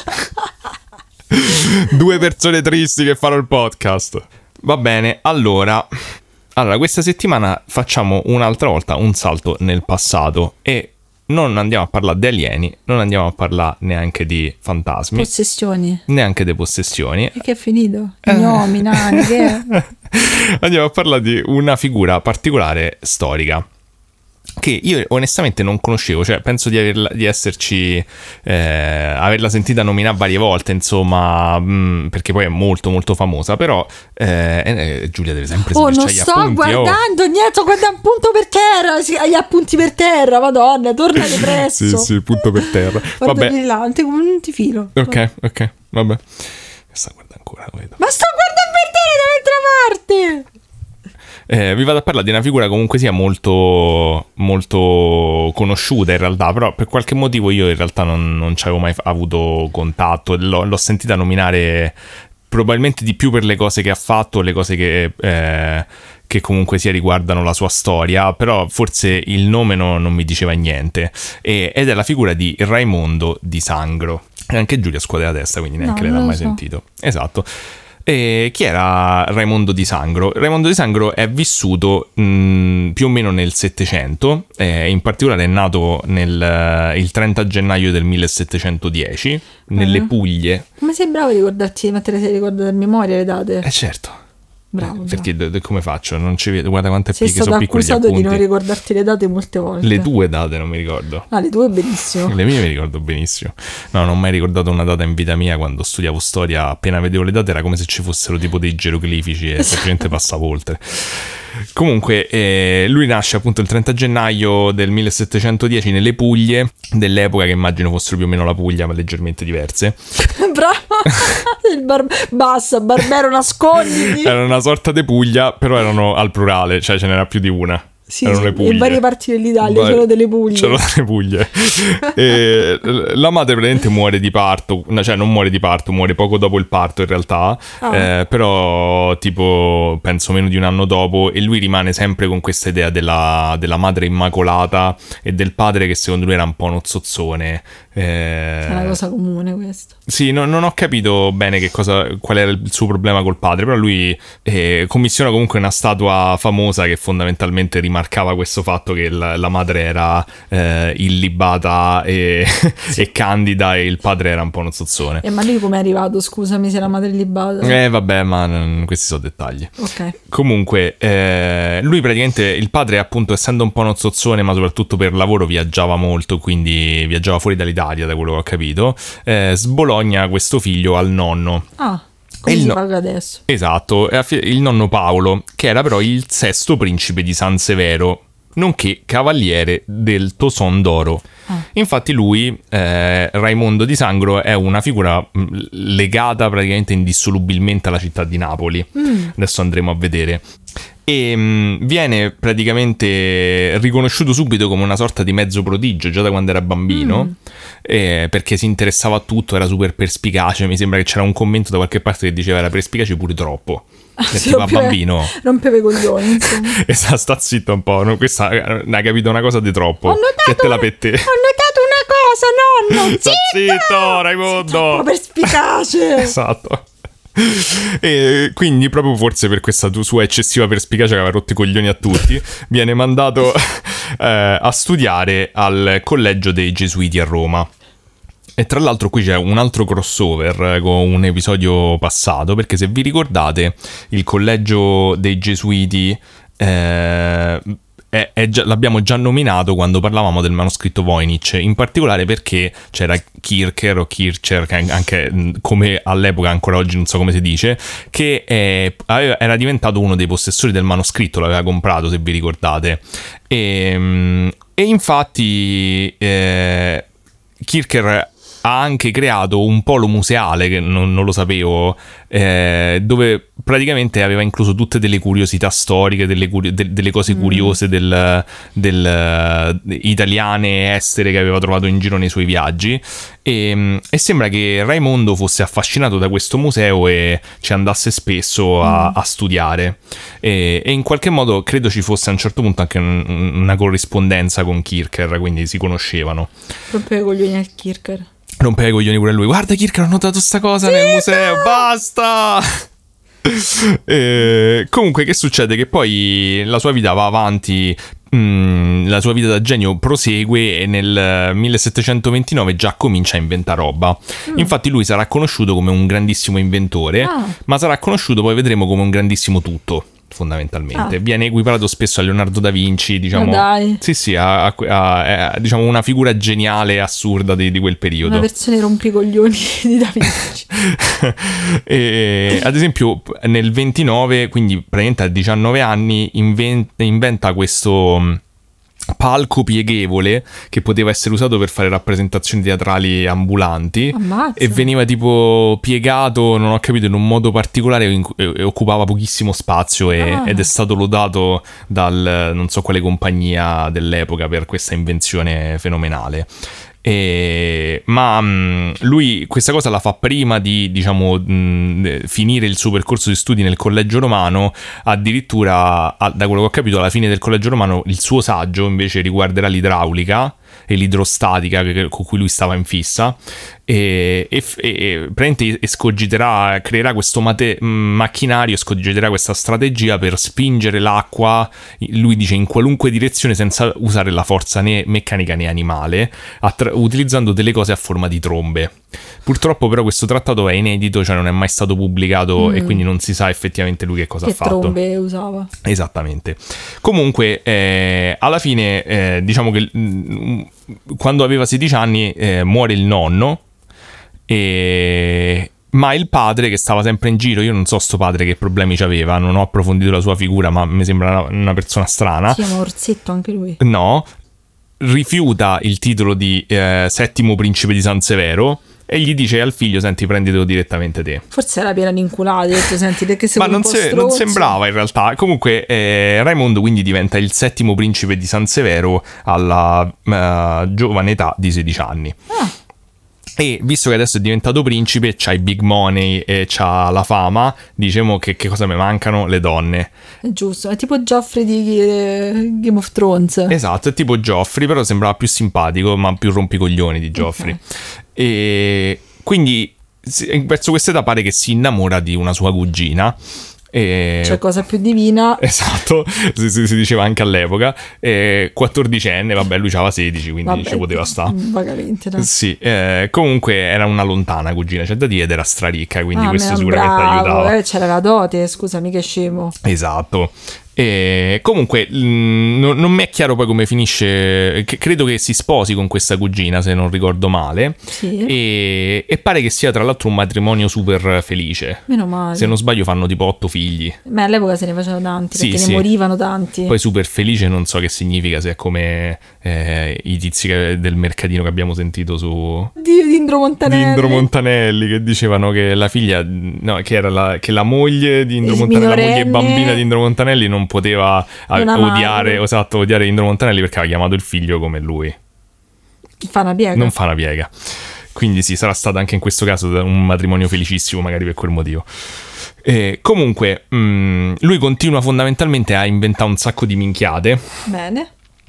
Due persone tristi che fanno il podcast. Va bene, allora... Allora, questa settimana facciamo un'altra volta un salto nel passato e non andiamo a parlare di alieni, non andiamo a parlare neanche di fantasmi, Possessioni. neanche di possessioni. E che è finito? Gnomi, nani, che è? Andiamo a parlare di una figura particolare storica che io onestamente non conoscevo, cioè penso di, averla, di esserci eh, averla sentita nominare varie volte, insomma, mh, perché poi è molto molto famosa, però eh, eh, Giulia deve sempre Oh, non sbirciare gli sto appunti, guardando oh. niente, sto guardando un punto per terra, sì, gli appunti per terra, madonna, torna depresso. Sì, sì, punto per terra. Guarda Vabbè. di là, non ti, non ti filo. Ok, ok, vabbè. Sta guardando ancora, lo vedo. Ma sto guardando per te dall'altra parte. Eh, vi vado a parlare di una figura comunque sia molto molto conosciuta in realtà, però per qualche motivo io in realtà non, non ci avevo mai avuto contatto, l'ho, l'ho sentita nominare probabilmente di più per le cose che ha fatto, le cose che, eh, che comunque sia riguardano la sua storia, però forse il nome no, non mi diceva niente, e, ed è la figura di Raimondo di Sangro. E anche Giulia scuote la testa, quindi neanche No, lei l'ha non lo mai so. sentito. Esatto. E chi era Raimondo di Sangro? Raimondo di Sangro è vissuto mh, più o meno nel Settecento, eh, in particolare è nato nel, il trenta gennaio del millesettecentodieci nelle Mm. Puglie. Come sei bravo a ricordarti, ma te le sei ricordate a memoria le date? Eh certo. Bravo, Perché d- d- come faccio? Non ci vedo. Guarda quante sei che stato sono piccoli gli accusato di non appunti. ricordarti le date molte volte. Le tue date non mi ricordo. Ah, le tue benissimo. Le mie mi ricordo benissimo. No, non ho mai ricordato una data in vita mia. Quando studiavo storia, appena vedevo le date era come se ci fossero tipo dei geroglifici e semplicemente passavo oltre. Comunque eh, lui nasce appunto il trenta gennaio del millesettecentodieci nelle Puglie, dell'epoca che immagino fossero più o meno la Puglia ma leggermente diverse. Bravo. Il bar- Basta, Barbero, nasconditi. Era una sorta di Puglia, però erano al plurale, cioè ce n'era più di una. Sì, Erano sì, le Puglie. in varie parti dell'Italia Vari- c'erano delle Puglie. C'erano delle Puglie. E la madre praticamente muore di parto, no, cioè non muore di parto, muore poco dopo il parto in realtà, Ah. eh, però tipo penso meno di un anno dopo, e lui rimane sempre con questa idea della, della madre immacolata e del padre che secondo lui era un po' nozzozzone. Eh, È una cosa comune questo. sì, no- non ho capito bene che cosa, qual era il suo problema col padre, però lui eh, commissiona comunque una statua famosa che fondamentalmente rimarcava questo fatto che la, la madre era eh, illibata e, e candida e il padre era un po' nozzozzone. E ma lui come è arrivato, scusami, se la madre è libata? Eh vabbè, ma non- questi sono dettagli. Ok. Comunque, eh, lui praticamente, il padre appunto essendo un po' nozzozzone, ma soprattutto per lavoro viaggiava molto, quindi viaggiava fuori dall'Italia, da quello che ho capito, eh, sbologna questo figlio al nonno. Ah, E come il si no- paga adesso? Esatto, è affi- il nonno Paolo, che era però il sesto principe di San Severo, nonché cavaliere del Toson d'Oro. Ah. Infatti lui, eh, Raimondo di Sangro, è una figura mh, legata praticamente indissolubilmente alla città di Napoli. Mm. Adesso andremo a vedere. E mh, viene praticamente riconosciuto subito come una sorta di mezzo prodigio già da quando era bambino, Mm. eh, perché si interessava a tutto, era super perspicace. Mi sembra che c'era un commento da qualche parte che diceva era perspicace pure troppo. È Sì, tipo a rompeva- bambino. Rompeva i coglioni, insomma. Esatto, sta zitto un po', no? Questa eh, ne ha capito una cosa di troppo. Ho notato, Mettela una- per te. ho notato una cosa, nonno. Sta zitto, Raimondo. Troppo perspicace. Esatto. E quindi proprio forse per questa tu- sua eccessiva perspicacia che aveva rotto i coglioni a tutti, viene mandato eh, a studiare al collegio dei Gesuiti a Roma. E tra l'altro qui c'è un altro crossover con un episodio passato, perché se vi ricordate il collegio dei Gesuiti eh, è, è già, l'abbiamo già nominato quando parlavamo del manoscritto Voynich, in particolare perché c'era Kircher o Kircher, anche come all'epoca, ancora oggi non so come si dice, che è, aveva, era diventato uno dei possessori del manoscritto, l'aveva comprato, se vi ricordate. E, e infatti eh, Kircher ha anche creato un polo museale, che non, non lo sapevo, eh, dove praticamente aveva incluso tutte delle curiosità storiche, delle, curi- de- delle cose curiose del, del, uh, italiane, estere, che aveva trovato in giro nei suoi viaggi. E, e sembra che Raimondo fosse affascinato da questo museo e ci andasse spesso a, mm. a studiare. E, e in qualche modo credo ci fosse a un certo punto anche un, una corrispondenza con Kircher, quindi si conoscevano. Rompeva i coglioni al Kircher. Rompeva i coglioni pure lui. Guarda Kircher, ho notato sta cosa sì, nel museo, no! Basta! E, comunque che succede? Che poi la sua vita va avanti, mh, la sua vita da genio prosegue e nel millesettecentoventinove già comincia a inventare roba. Mm. Infatti lui sarà conosciuto come un grandissimo inventore, ah. ma sarà conosciuto, poi vedremo, come un grandissimo tutto. Fondamentalmente ah. viene equiparato spesso a Leonardo da Vinci, diciamo. Oh, dai. Sì, sì, a, a, a, a, diciamo una figura geniale e assurda di, di quel periodo. Una versione rompicoglioni di Da Vinci. E, ad esempio, nel ventinove, quindi praticamente a diciannove anni, inventa, inventa questo palco pieghevole che poteva essere usato per fare rappresentazioni teatrali ambulanti. Ammazza. E veniva tipo piegato, non ho capito, in un modo particolare e, e occupava pochissimo spazio e, ah. ed è stato lodato dal non so quale compagnia dell'epoca per questa invenzione fenomenale. E, ma mh, lui questa cosa la fa prima di, diciamo, mh, finire il suo percorso di studi nel Collegio Romano. Addirittura, a, da quello che ho capito, alla fine del Collegio Romano il suo saggio invece riguarderà l'idraulica e l'idrostatica che, con cui lui stava in fissa, e, e, e praticamente escogiterà, creerà questo mate, macchinario, escogiterà questa strategia per spingere l'acqua, lui dice, in qualunque direzione senza usare la forza né meccanica né animale, attra- utilizzando delle cose a forma di trombe. Purtroppo però questo trattato è inedito, cioè non è mai stato pubblicato mm. e quindi non si sa effettivamente lui che cosa che ha fatto. Che trombe usava. Esattamente. Comunque eh, alla fine eh, diciamo che mh, quando aveva sedici anni eh, muore il nonno, e... ma il padre, che stava sempre in giro, io non so sto padre che problemi c'aveva, non ho approfondito la sua figura, ma mi sembra una, una persona strana. Si chiama Orsetto anche lui. No, rifiuta il titolo di eh, settimo principe di San Severo e gli dice al figlio: senti, prenditelo direttamente te. Forse era piena di inculati, detto, senti, perché sei ma un non, po' se, non sembrava in realtà. Comunque eh, Raimondo quindi diventa il settimo principe di San Severo alla uh, giovane età di sedici anni. Ah. E visto che adesso è diventato principe, c'ha i big money e c'ha la fama, diciamo che, che cosa mi mancano? Le donne. È giusto, è tipo Joffrey di eh, Game of Thrones. Esatto, è tipo Joffrey, però sembrava più simpatico, ma più rompicoglioni di Joffrey. Okay. E quindi verso quest'età pare che si innamora di una sua cugina. E... Cioè, cosa più divina. Esatto, si, si, si diceva anche all'epoca. E quattordicenne, vabbè, lui aveva sedici, quindi vabbè, ci poteva stare. Vagamente, no? Sì, eh, comunque era una lontana cugina, c'è da dire, ed era straricca, quindi ah, questo sicuramente bravo, aiutava. Eh, c'era la dote, scusami, che scemo. Esatto. E comunque mh, non, non mi è chiaro poi come finisce, che credo che si sposi con questa cugina, se non ricordo male. Sì. e, e pare che sia tra l'altro un matrimonio super felice. Meno male. Se non sbaglio fanno tipo otto figli. Ma all'epoca se ne facevano tanti, sì, perché sì. ne morivano tanti. Poi super felice non so che significa, se è come eh, i tizi che, del mercatino che abbiamo sentito su Dio, di Indro Montanelli. Di Indro Montanelli, che dicevano che la figlia, no, che era la, che la moglie di Indro Montanelli, la moglie bambina di Indro Montanelli non poteva non odiare, esatto, odiare Indro Montanelli perché aveva chiamato il figlio come lui. Fa una piega. Non fa una piega. Quindi sì, sarà stato anche in questo caso un matrimonio felicissimo, magari per quel motivo. E comunque mh, lui continua fondamentalmente a inventare un sacco di minchiate. Bene.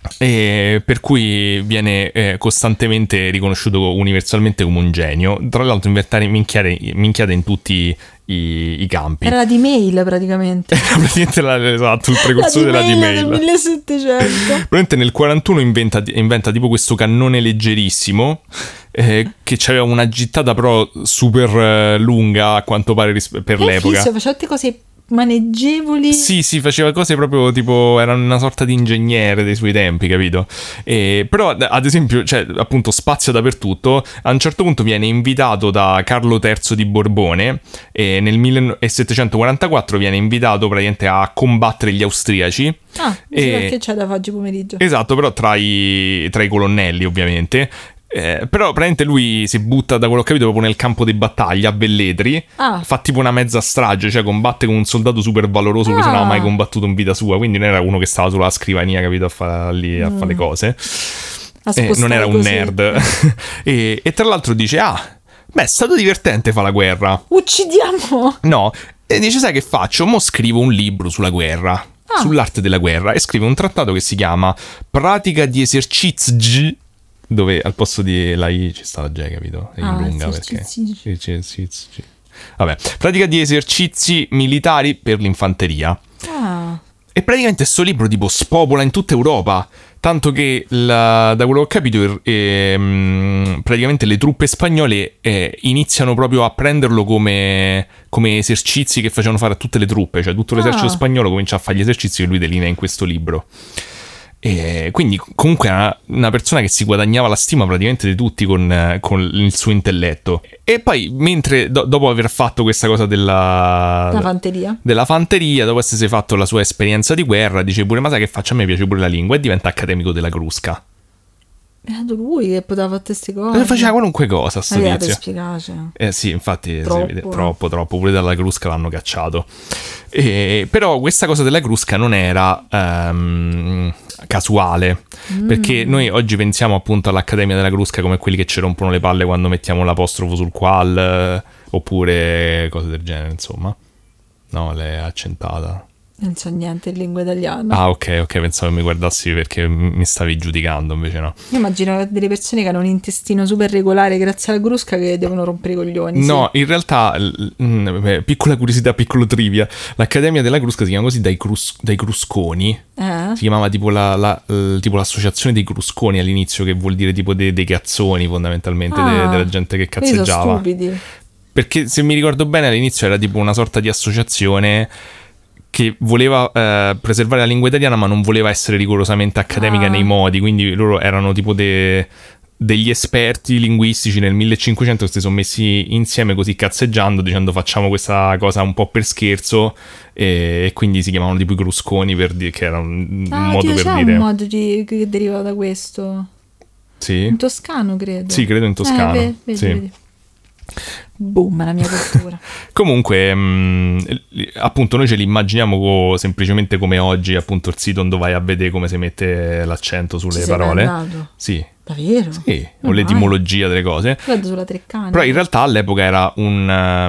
E per cui viene eh, costantemente riconosciuto universalmente come un genio. Tra l'altro inventare minchiate, minchiate in tutti i, i campi. Era la D-Mail praticamente. praticamente la, esatto, il precursore della D-Mail del millesettecento. Probabilmente nel quarantuno inventa, inventa tipo questo cannone leggerissimo eh, che aveva una gittata però super eh, lunga a quanto pare ris- per eh, l'epoca. Fisso, faceva tutte cose maneggevoli. Sì, sì, faceva cose proprio tipo, era una sorta di ingegnere dei suoi tempi, capito? E, però, ad esempio, cioè, appunto, spazia dappertutto. A un certo punto viene invitato da Carlo terzo di Borbone e nel millesettecentoquarantaquattro viene invitato praticamente a combattere gli austriaci. Ah, e... perché c'è da oggi pomeriggio. Esatto, però tra i, tra i colonnelli, ovviamente. Eh, però praticamente lui si butta, da quello che ho capito, proprio nel campo di battaglia a Velletri. Ah. Fa tipo una mezza strage, cioè combatte con un soldato super valoroso ah. che non aveva mai combattuto in vita sua, quindi non era uno che stava sulla scrivania, capito, a fare lì a mm. fare le cose. Eh, non era un così. nerd. e, e tra l'altro dice: ah, beh, è stato divertente fare la guerra. Uccidiamo! No, e dice: sai che faccio? Mo scrivo un libro sulla guerra. Ah. Sull'arte della guerra, e scrive un trattato che si chiama Pratica di esercizi, dove al posto di la I ci sta la J, capito? È in ah, lunga esercizi. Perché esercizi. Vabbè, pratica di esercizi militari per l'infanteria. Ah. E praticamente sto libro tipo spopola in tutta Europa, tanto che la, da quello che ho capito eh, praticamente le truppe spagnole eh, iniziano proprio a prenderlo come, come esercizi che facevano fare a tutte le truppe, cioè tutto l'esercito ah. spagnolo comincia a fare gli esercizi che lui delinea in questo libro. E quindi comunque era una persona che si guadagnava la stima praticamente di tutti con, con il suo intelletto. E poi mentre do, dopo aver fatto questa cosa della la fanteria della fanteria, dopo essersi fatto la sua esperienza di guerra, dice pure: ma sai che faccio, a me piace pure la lingua, e diventa accademico della Crusca. Era lui che poteva fare queste cose, faceva qualunque cosa sto tizio. Eh sì, infatti troppo. Si vede, troppo troppo pure dalla Crusca l'hanno cacciato. E, però questa cosa della Crusca non era um, casuale, mm. perché noi oggi pensiamo appunto all'Accademia della Crusca come quelli che ci rompono le palle quando mettiamo l'apostrofo sul qual, eh, oppure cose del genere, insomma. No, l'è accentata. Non so niente in lingua italiana. Ah, ok, ok, pensavo che mi guardassi perché mi stavi giudicando, invece no. Io immagino delle persone che hanno un intestino super regolare grazie alla Crusca che devono rompere i coglioni. No, sì. In realtà, mh, piccola curiosità, piccolo trivia, l'Accademia della Crusca si chiama così dai, crus, dai crusconi. Eh? Si chiamava tipo, la, la, la, tipo l'associazione dei crusconi all'inizio, che vuol dire tipo dei, dei cazzoni fondamentalmente, ah, de, della gente che cazzeggiava. Sono stupidi. Perché se mi ricordo bene all'inizio era tipo una sorta di associazione che voleva eh, preservare la lingua italiana ma non voleva essere rigorosamente accademica ah. nei modi, quindi loro erano tipo de, degli esperti linguistici nel millecinquecento che si sono messi insieme così cazzeggiando dicendo facciamo questa cosa un po' per scherzo, e, e quindi si chiamavano tipo i crusconi, per dire, che era un ah, modo Dio, per c'è dire un modo di, che deriva da questo. Sì? In toscano credo. Sì, credo in toscano. Eh, vedi, vedi, sì. vedi. Boom, la mia cultura. Comunque mh, appunto noi ce li immaginiamo co- semplicemente come oggi appunto il sito dove vai a vedere come si mette l'accento sulle Ci parole. Sei sì. Davvero? Sì, o l'etimologia delle cose. Guarda sulla Treccani. Però in realtà all'epoca era un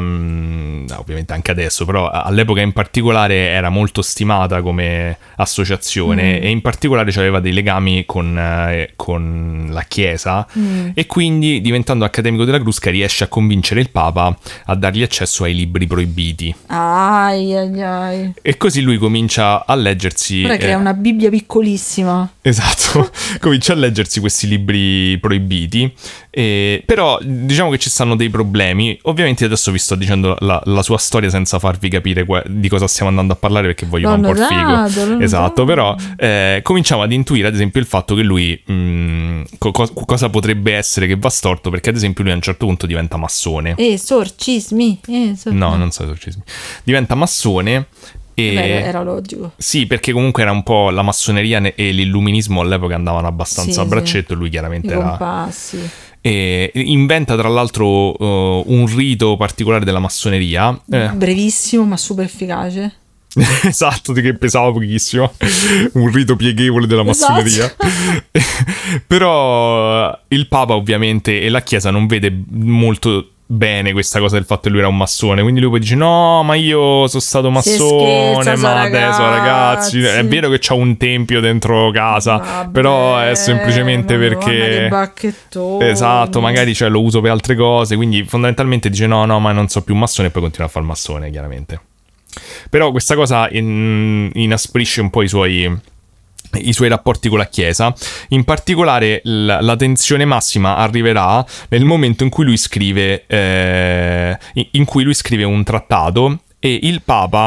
um, ovviamente anche adesso, però all'epoca in particolare era molto stimata come associazione, mm. e in particolare aveva dei legami con, eh, con la Chiesa, mm. e quindi diventando accademico della Crusca riesce a convincere il Papa a dargli accesso ai libri proibiti. Ai ai ai. E così lui comincia a leggersi. Ora crea eh, una Bibbia piccolissima. Esatto, comincia a leggersi questi libri proibiti, eh, però diciamo che ci stanno dei problemi. Ovviamente adesso vi sto dicendo la, la sua storia senza farvi capire que- di cosa stiamo andando a parlare, perché voglio fare un po' il figo. Esatto, però eh, cominciamo ad intuire ad esempio il fatto che lui mh, co- cosa potrebbe essere che va storto, perché ad esempio lui a un certo punto diventa massone. Eh, sorcismi eh, sor- no, no, non so sorcismi. Diventa massone. E Beh, era logico. Sì, perché comunque era un po' la massoneria e l'illuminismo all'epoca andavano abbastanza sì, a braccetto, sì. E lui chiaramente I era compassi. E inventa tra l'altro uh, un rito particolare della massoneria, eh. brevissimo ma super efficace. Esatto, di che pesava pochissimo. Un rito pieghevole della massoneria. Esatto. Però il Papa ovviamente e la Chiesa non vede molto bene questa cosa del fatto che lui era un massone, quindi lui poi dice no, ma io sono stato massone, scherza, ma adesso ragazzi. ragazzi è vero che c'ha un tempio dentro casa, vabbè, però è semplicemente perché esatto, magari cioè, lo uso per altre cose, quindi fondamentalmente dice no no ma non so più massone, e poi continua a fare il massone chiaramente. Però questa cosa in, inasprisce un po' i suoi i suoi rapporti con la Chiesa. In particolare la, la tensione massima arriverà nel momento in cui lui scrive eh, in cui lui scrive un trattato e il Papa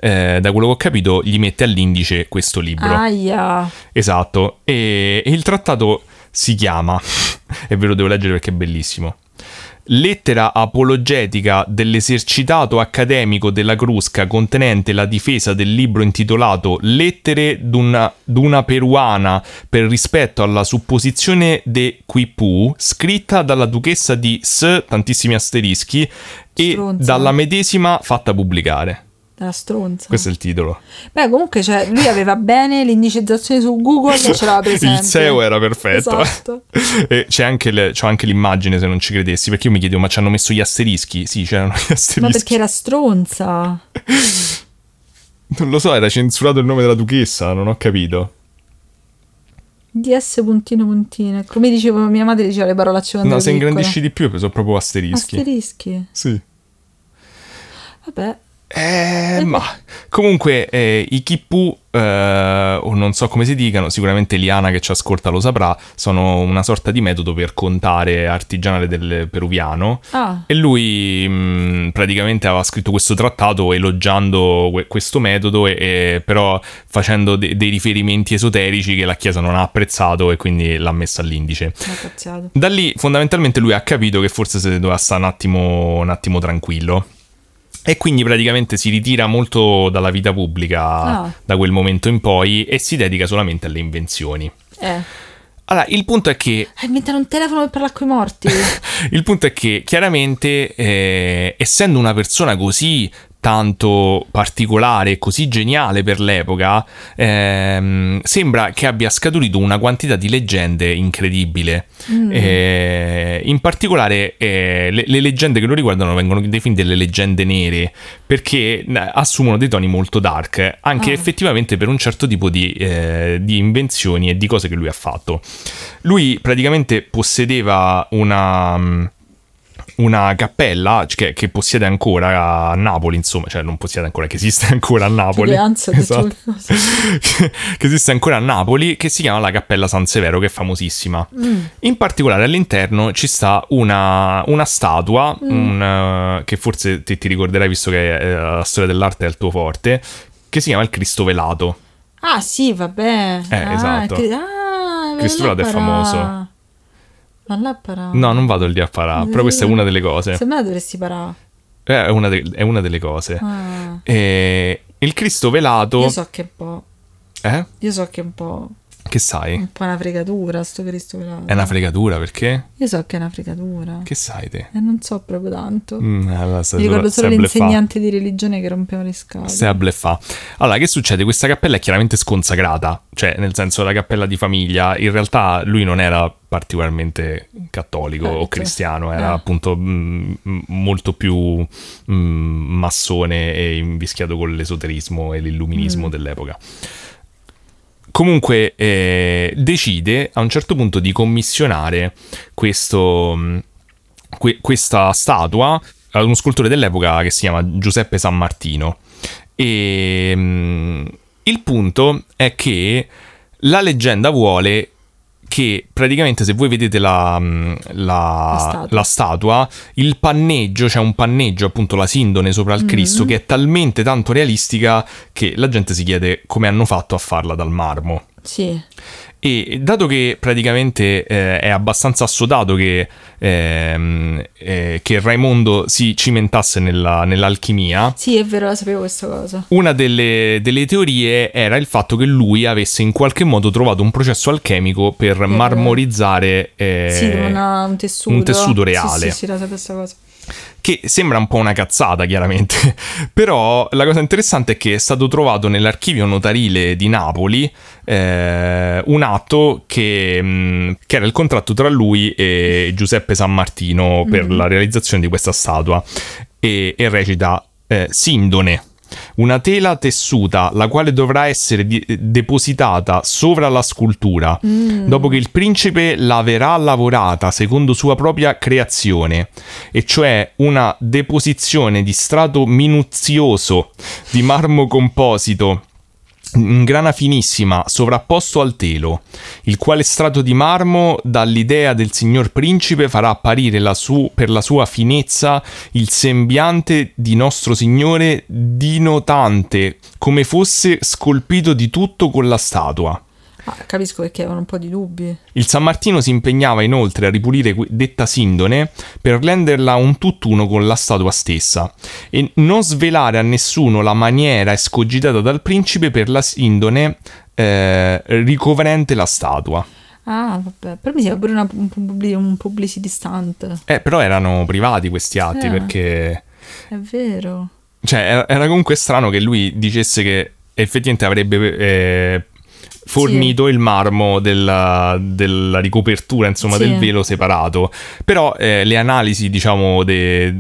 eh, da quello che ho capito, gli mette all'indice questo libro. Aia. Esatto, e, e il trattato si chiama, e ve lo devo leggere perché è bellissimo, Lettera apologetica dell'esercitato accademico della Crusca contenente la difesa del libro intitolato Lettere d'una, d'una peruana per rispetto alla supposizione de Quipu, scritta dalla duchessa di S, tantissimi asterischi, e Stronza. dalla medesima fatta pubblicare. Della stronza. Questo è il titolo. Beh, comunque, cioè, lui aveva bene l'indicizzazione su Google e ce l'aveva presente. Il S E O era perfetto. Esatto. E c'è anche, le, c'ho anche l'immagine, se non ci credessi, perché io mi chiedevo, ma ci hanno messo gli asterischi? Sì, c'erano gli asterischi. Ma perché era stronza? Non lo so, era censurato il nome della duchessa, non ho capito. D S puntino puntino. Come dicevo, mia madre diceva le parolacce quando No, ero se piccola. ingrandisci di più, sono proprio asterischi. Asterischi? Sì. Vabbè. Eh, ma comunque eh, i Kipu, eh, o non so come si dicano, sicuramente Liana che ci ascolta lo saprà, sono una sorta di metodo per contare artigianale del peruviano. Ah. E lui mh, praticamente aveva scritto questo trattato elogiando que- questo metodo, e, e però facendo de- dei riferimenti esoterici che la Chiesa non ha apprezzato, e quindi l'ha messa all'indice. Da lì fondamentalmente lui ha capito che forse se doveva stare un attimo, un attimo tranquillo. E quindi praticamente si ritira molto dalla vita pubblica ah. da quel momento in poi, e si dedica solamente alle invenzioni. Eh. Allora, il punto è che... Ah, inventare un telefono per parlare coi morti. Il punto è che chiaramente, eh, essendo una persona così tanto particolare e così geniale per l'epoca, ehm, sembra che abbia scaturito una quantità di leggende incredibile. Mm. Eh, in particolare eh, le, le leggende che lo riguardano vengono definite le leggende nere, perché assumono dei toni molto dark, anche ah. effettivamente per un certo tipo di, eh, di invenzioni e di cose che lui ha fatto. Lui praticamente possedeva una... una cappella che, che possiede ancora a Napoli, insomma, cioè non possiede ancora, che esiste ancora a Napoli. Esatto. Che esiste ancora a Napoli, che si chiama la Cappella San Severo, che è famosissima. Mm. In particolare all'interno ci sta una, una statua, mm. un, uh, che forse te ti ricorderai visto che eh, la storia dell'arte è il tuo forte, che si chiama il Cristo Velato. Ah sì, vabbè. Eh, ah, esatto. Cri- ah, Cristo Velato è famoso. Ma là parà. No, non vado lì a parare, però questa è una delle cose. Se me la dovresti parare. È una, de- è una delle cose. Ah. E il Cristo Velato... Io so che è un po'... Eh? Io so che è un po'... Che sai? Un po' una fregatura sto Cristo Velato. È una fregatura, perché? Io so che è una fregatura. Che sai te? E non so proprio tanto. Mm, allora, Mi ricordo solo l'insegnante di religione che rompeva le scale. Stai a bleffa. Allora, che succede? Questa cappella è chiaramente sconsacrata, cioè nel senso la cappella di famiglia. In realtà lui non era particolarmente cattolico certo. o cristiano, era eh. appunto mh, molto più mh, massone e invischiato con l'esoterismo e l'illuminismo mm. dell'epoca. Comunque eh, decide a un certo punto di commissionare questo, que, questa statua ad uno scultore dell'epoca che si chiama Giuseppe San Martino. E mh, il punto è che la leggenda vuole che praticamente, se voi vedete la, la, la, statua. la statua, il panneggio, c'è cioè un panneggio, appunto la sindone sopra il mm-hmm. Cristo, che è talmente tanto realistica che la gente si chiede come hanno fatto a farla dal marmo. Sì. E dato che praticamente eh, è abbastanza assodato che, ehm, eh, che Raimondo si cimentasse nella, nell'alchimia. Sì, è vero, sapevo questa cosa. Una delle, delle teorie era il fatto che lui avesse in qualche modo trovato un processo alchemico per eh, marmorizzare eh, sì, una, un, tessuto. un tessuto reale. Sì, sì, sì, era questa cosa. Che sembra un po' una cazzata, chiaramente, però la cosa interessante è che è stato trovato nell'archivio notarile di Napoli eh, un atto che, mh, che era il contratto tra lui e Giuseppe San Martino per mm. la realizzazione di questa statua, e, e recita eh, Sindone, una tela tessuta la quale dovrà essere di- depositata sopra la scultura mm. dopo che il principe l'avrà lavorata secondo sua propria creazione, e cioè una deposizione di strato minuzioso di marmo composito in grana finissima, sovrapposto al telo, il quale strato di marmo dall'idea del signor principe farà apparire la su- per la sua finezza il sembiante di nostro signore dinotante, come fosse scolpito di tutto con la statua. Ah, capisco perché avevano un po' di dubbi. Il San Martino si impegnava inoltre a ripulire detta sindone per renderla un tutt'uno con la statua stessa e non svelare a nessuno la maniera escogitata dal principe per la sindone eh, ricovrente la statua. Ah, vabbè, però mi sembra pure una, un, publi, un publicity stunt. Eh, però erano privati questi atti, eh, perché... È vero. Cioè, era, era comunque strano che lui dicesse che effettivamente avrebbe... Eh, fornito sì. il marmo della, della ricopertura, insomma, sì. del velo separato. Però eh, le analisi, diciamo, de,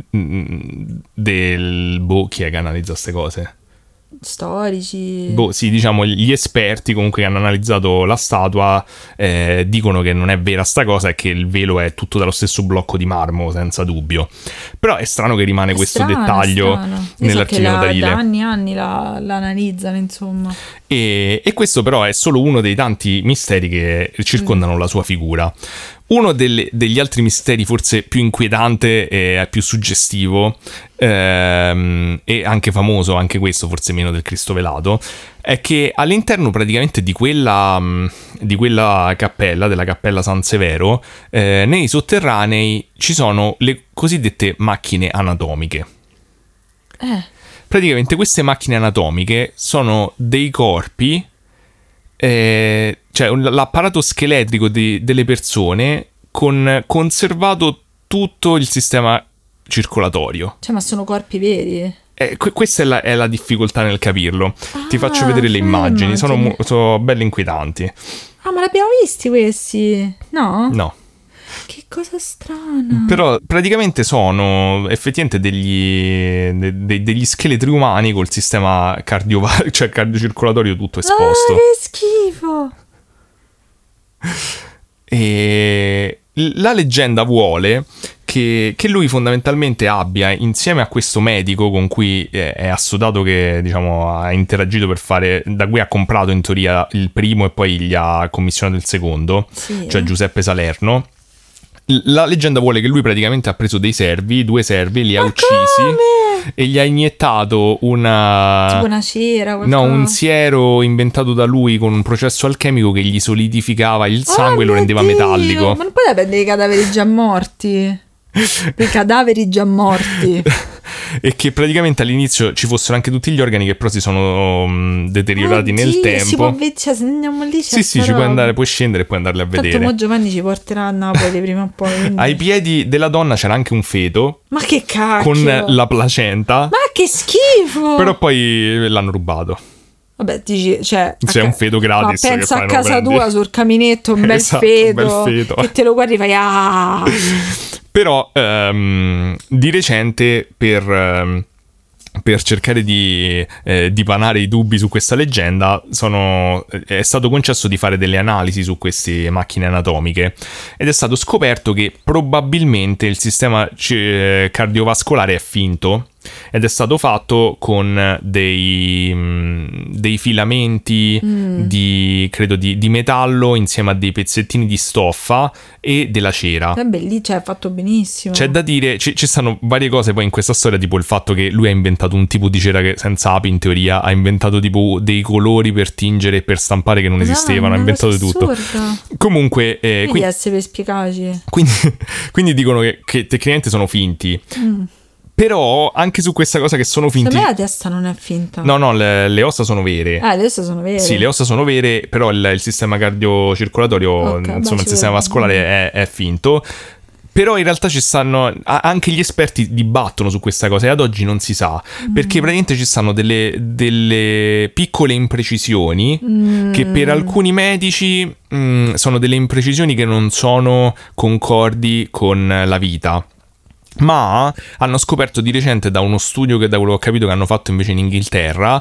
del... Boh, chi è che analizza queste cose? Storici. Boh, sì, diciamo, gli esperti comunque che hanno analizzato la statua eh, dicono che non è vera sta cosa e che il velo è tutto dallo stesso blocco di marmo, senza dubbio. Però è strano che rimane è questo strano, dettaglio nell'archivio so notarile. Da anni e anni la, la analizzano, insomma. E, e questo però è solo uno dei tanti misteri che circondano mm. la sua figura. Uno delle, degli altri misteri forse più inquietante e più suggestivo ehm, e anche famoso, anche questo forse meno del Cristo velato, è che all'interno praticamente di quella, di quella cappella, della cappella San Severo, eh, nei sotterranei ci sono le cosiddette macchine anatomiche. Eh. Praticamente queste macchine anatomiche sono dei corpi... Eh, cioè l'apparato scheletrico di, delle persone con conservato tutto il sistema circolatorio. Cioè, ma sono corpi veri? Eh, que- questa è la, è la difficoltà nel capirlo. Ah, ti faccio vedere le immagini, immagini. Sono, sono belle inquietanti. Ah, ma l'abbiamo visti questi? No? No. Che cosa strana. Però praticamente sono effettivamente degli, de, de, degli scheletri umani col sistema cardiovascolare, cioè cardiocircolatorio tutto esposto. Ah, che schifo. E la leggenda vuole che, che lui fondamentalmente abbia, insieme a questo medico con cui è assodato, che diciamo ha interagito per fare, da cui ha comprato in teoria il primo e poi gli ha commissionato il secondo, sì. cioè Giuseppe Salerno. La leggenda vuole che lui praticamente ha preso dei servi, due servi, li ha Ma uccisi come? E gli ha iniettato una... tipo una cera, qualcosa. No, un siero inventato da lui con un processo alchemico che gli solidificava il sangue oh, e lo rendeva Dio. metallico. Ma non puoi prendere i cadaveri già morti? Dei cadaveri già morti. E che praticamente all'inizio ci fossero anche tutti gli organi che però si sono um, deteriorati Oddio, nel tempo. Si può vedere, cioè, se andiamo lì, sì, sì, ci puoi andare, puoi scendere e puoi andarli a vedere. Tanto mo Giovanni ci porterà a Napoli prima o poi. Quindi... Ai piedi della donna c'era anche un feto. Ma che cacchio! Con la placenta. Ma che schifo! Però poi l'hanno rubato. Vabbè, dici, cioè... C'è un feto gratis. Ma pensa che a casa prendi. tua sul caminetto, un bel, esatto, feto, un bel feto. Che te lo guardi e fai ah! Però um, di recente per... Um, per cercare di eh, dipanare i dubbi su questa leggenda sono, è stato concesso di fare delle analisi su queste macchine anatomiche ed è stato scoperto che probabilmente il sistema c- cardiovascolare è finto ed è stato fatto con dei, mh, dei filamenti mm. di, credo di, di metallo insieme a dei pezzettini di stoffa e della cera. È bellissimo, cioè è fatto benissimo. C'è da dire, ci, ci stanno varie cose poi in questa storia, tipo il fatto che lui ha inventato un tipo di cera che senza api in teoria, ha inventato tipo dei colori per tingere e per stampare che non esistevano, ha inventato tutto. Assurda. Comunque eh, quindi quindi essere perspicaci. Quindi, quindi dicono che, che tecnicamente sono finti. Mm. Però anche su questa cosa che sono finti... Secondo me la testa non è finta. No, no, le, le ossa sono vere. Ah, le ossa sono vere. Sì, le ossa sono vere, però il, il sistema cardiocircolatorio, okay, insomma beh, il sistema vascolare è, è finto. Però in realtà ci stanno... Anche gli esperti dibattono su questa cosa e ad oggi non si sa. Mm. Perché praticamente ci stanno delle, delle piccole imprecisioni mm. che per alcuni medici mm, sono delle imprecisioni che non sono concordi con la vita. Ma hanno scoperto di recente da uno studio che, da quello che ho capito, che hanno fatto invece in Inghilterra,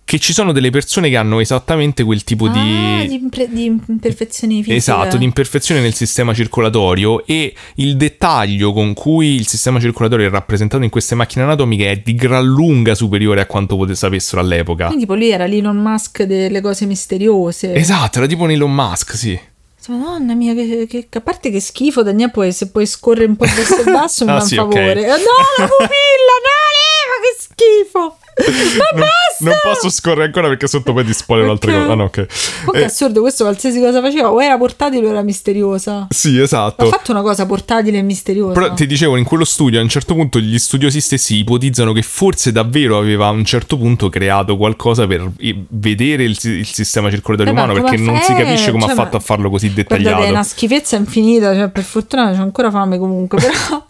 che ci sono delle persone che hanno esattamente quel tipo ah, di... di, impre- di imperfezioni fisiche. Esatto, di imperfezione nel sistema circolatorio, e il dettaglio con cui il sistema circolatorio è rappresentato in queste macchine anatomiche è di gran lunga superiore a quanto potete sapessero all'epoca. Quindi tipo lui era l'Elon Musk delle cose misteriose. Esatto, era tipo un Elon Musk, sì. Madonna mia, che, che, a parte che schifo, Daniele, poi se puoi scorrere un po' verso il basso mi ah, fa sì, un favore. okay. No, la pupilla, no, Leva, che schifo. Ma non, basta! Non posso scorrere ancora perché sotto poi ti spoiler un'altra cosa. Ah, no, ok. Comunque è assurdo, questo qualsiasi cosa faceva, o era portatile o era misteriosa. Sì, esatto. Ha fatto una cosa portatile e misteriosa. Però ti dicevo, in quello studio a un certo punto gli studiosi stessi ipotizzano che forse davvero aveva a un certo punto creato qualcosa per vedere il, il sistema circolatorio eh, umano, perché non fa- si capisce come cioè, ha fatto a farlo così dettagliato. Guardate, è una schifezza infinita, cioè per fortuna c'ho ancora fame comunque, però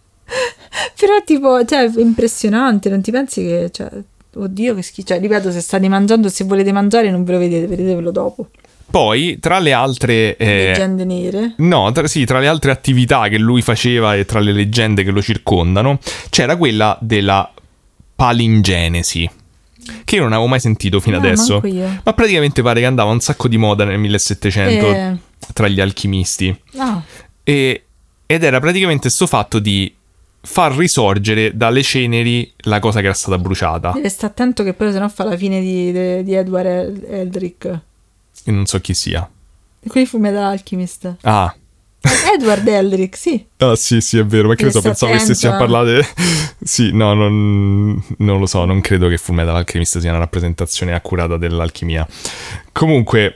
però tipo, cioè, è impressionante, non ti pensi che, cioè, oddio che schifo, cioè, ripeto, se state mangiando, se volete mangiare non ve lo vedete, vedetevelo dopo. Poi, tra le altre... Eh, leggende nere? No, tra, sì, tra le altre attività che lui faceva e tra le leggende che lo circondano, c'era quella della palingenesi, che io non avevo mai sentito fino no, adesso. Io. Ma praticamente pare che andava un sacco di moda nel millesettecento eh. tra gli alchimisti. Ah. E, ed era praticamente sto fatto di far risorgere dalle ceneri la cosa che era stata bruciata. Deve stare attento che poi sennò fa la fine di, di, di Edward Eldrick. E non so chi sia. E quelli Fullmetal Alchemist. Ah. Edward Eldrick, sì. Ah, sì, sì, è vero, ma che ne so, pensavo che stessi a parlare... Sì, no, non, non lo so, non credo che Fullmetal Alchemist sia una rappresentazione accurata dell'alchimia. Comunque,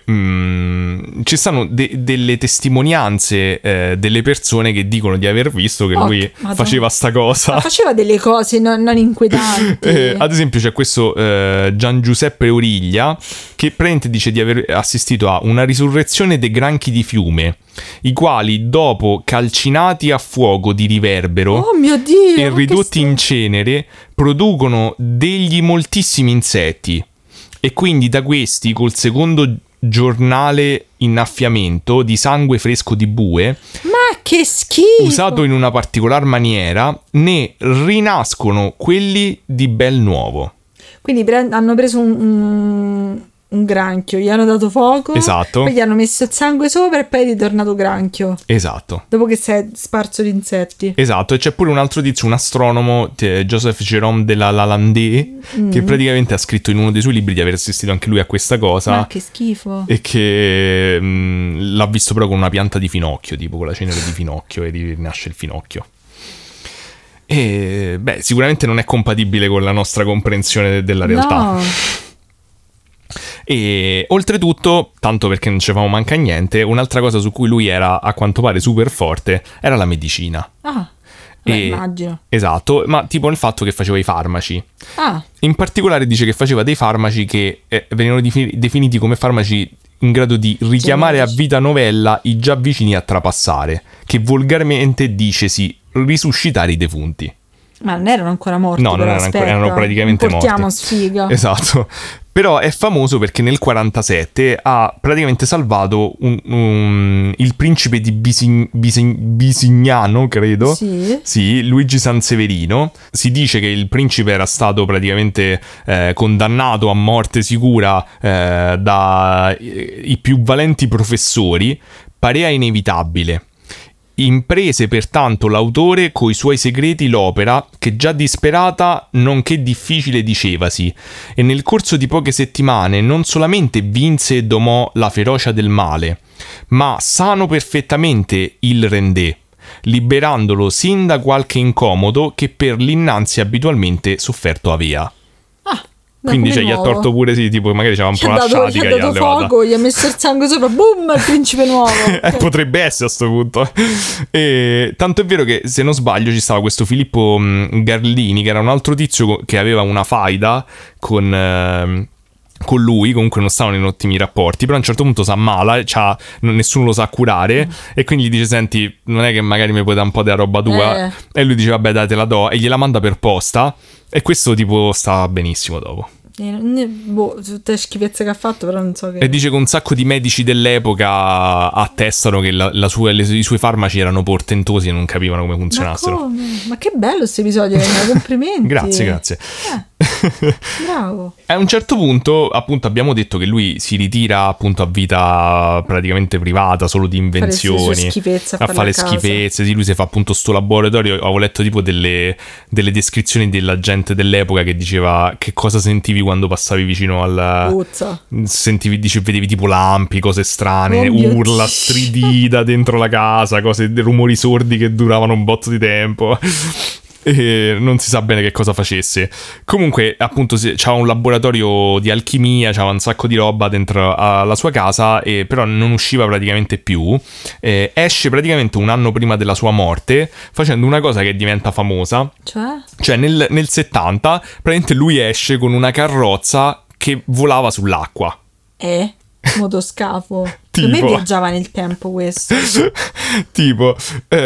mh, ci stanno de- delle testimonianze eh, delle persone che dicono di aver visto che oh, lui Madonna. faceva sta cosa. Ma faceva delle cose non, non inquietanti. eh, ad esempio c'è questo eh, Gian Giuseppe Origlia che praticamente dice di aver assistito a una risurrezione dei granchi di fiume, i quali dopo calcinati a fuoco di riverbero oh mio Dio, e ridotti in cenere producono degli moltissimi insetti, e quindi da questi col secondo giornale innaffiamento di sangue fresco di bue, ma che schifo, usato in una particolar maniera, ne rinascono quelli di bel nuovo. Quindi pre- hanno preso un, un, un granchio, gli hanno dato fuoco, esatto, poi gli hanno messo il sangue sopra e poi è ritornato granchio. Esatto. Dopo che si è sparso di insetti. Esatto, e c'è pure un altro tizio, un astronomo, Joseph Jérôme de la Lalande, mm. che praticamente ha scritto in uno dei suoi libri di aver assistito anche lui a questa cosa. Ma che schifo. E che mh, l'ha visto però con una pianta di finocchio, tipo con la cenere di finocchio, e rinasce il finocchio. E beh, sicuramente non è compatibile con la nostra comprensione della realtà. No. E oltretutto, tanto perché non ci facevamo manca niente, un'altra cosa su cui lui era a quanto pare super forte era la medicina. Ah, beh, e, immagino. Esatto, ma tipo il fatto che faceva i farmaci. Ah. In particolare dice che faceva dei farmaci che eh, venivano defi- definiti come farmaci in grado di richiamare a vita novella i già vicini a trapassare, che volgarmente dicesi risuscitare i defunti. Ma non erano ancora morti? No, non erano ancora, erano praticamente morti. Portiamo sfiga. Esatto. Però è famoso perché nel quarantasette ha praticamente salvato un, un, il principe di Bisign, Bisign, Bisignano, credo. Sì. Sì, Luigi Sanseverino. Si dice che il principe era stato praticamente eh, condannato a morte sicura eh, dai più valenti professori. Parea inevitabile. Imprese pertanto l'autore coi suoi segreti l'opera, che già disperata nonché difficile dicevasi, e nel corso di poche settimane non solamente vinse e domò la ferocia del male, ma sano perfettamente il rendé, liberandolo sin da qualche incomodo che per l'innanzi abitualmente sofferto avea. Quindi cioè, gli ha torto pure, sì, tipo magari c'era un po' una sciatica, gli ha dato fuoco, gli ha messo il sangue sopra, boom, il principe nuovo. eh, potrebbe essere a sto punto. E tanto è vero che, se non sbaglio, ci stava questo Filippo mh, Garlini, che era un altro tizio che aveva una faida con... Eh, con lui, comunque non stavano in ottimi rapporti, però a un certo punto si ammala, c'ha, nessuno lo sa curare, mm. e quindi gli dice: senti, non è che magari mi puoi dare un po' della roba tua, eh. E lui dice: vabbè, dai, te la do, e gliela manda per posta, e questo tipo stava benissimo dopo. E, ne, boh, tutte le schifezze che ha fatto, però non so che... E dice che un sacco di medici dell'epoca attestano che la, la sua, le, i suoi farmaci erano portentosi e non capivano come funzionassero. Ma come? Ma che bello questo episodio, complimenti. Grazie, grazie. Eh. Bravo. A un certo punto, appunto, abbiamo detto che lui si ritira appunto a vita praticamente privata, solo di invenzioni, fare schifezze, a fare schifezze. Sì, lui si fa appunto sto laboratorio. Avevo letto tipo delle, delle descrizioni della gente dell'epoca che diceva che cosa sentivi quando passavi vicino al... Puzza. Sentivi, dice, vedevi tipo lampi, cose strane, oh urla stridita dentro la casa, cose, rumori sordi che duravano un botto di tempo. E non si sa bene che cosa facesse. Comunque, appunto, c'aveva un laboratorio di alchimia, c'aveva un sacco di roba dentro alla sua casa, e però non usciva praticamente più. Eh, esce praticamente un anno prima della sua morte, facendo una cosa che diventa famosa. Cioè? Cioè, nel, nel settanta, praticamente lui esce con una carrozza che volava sull'acqua. Eh? Motoscafo. Tipo, per me viaggiava nel tempo questo. Tipo,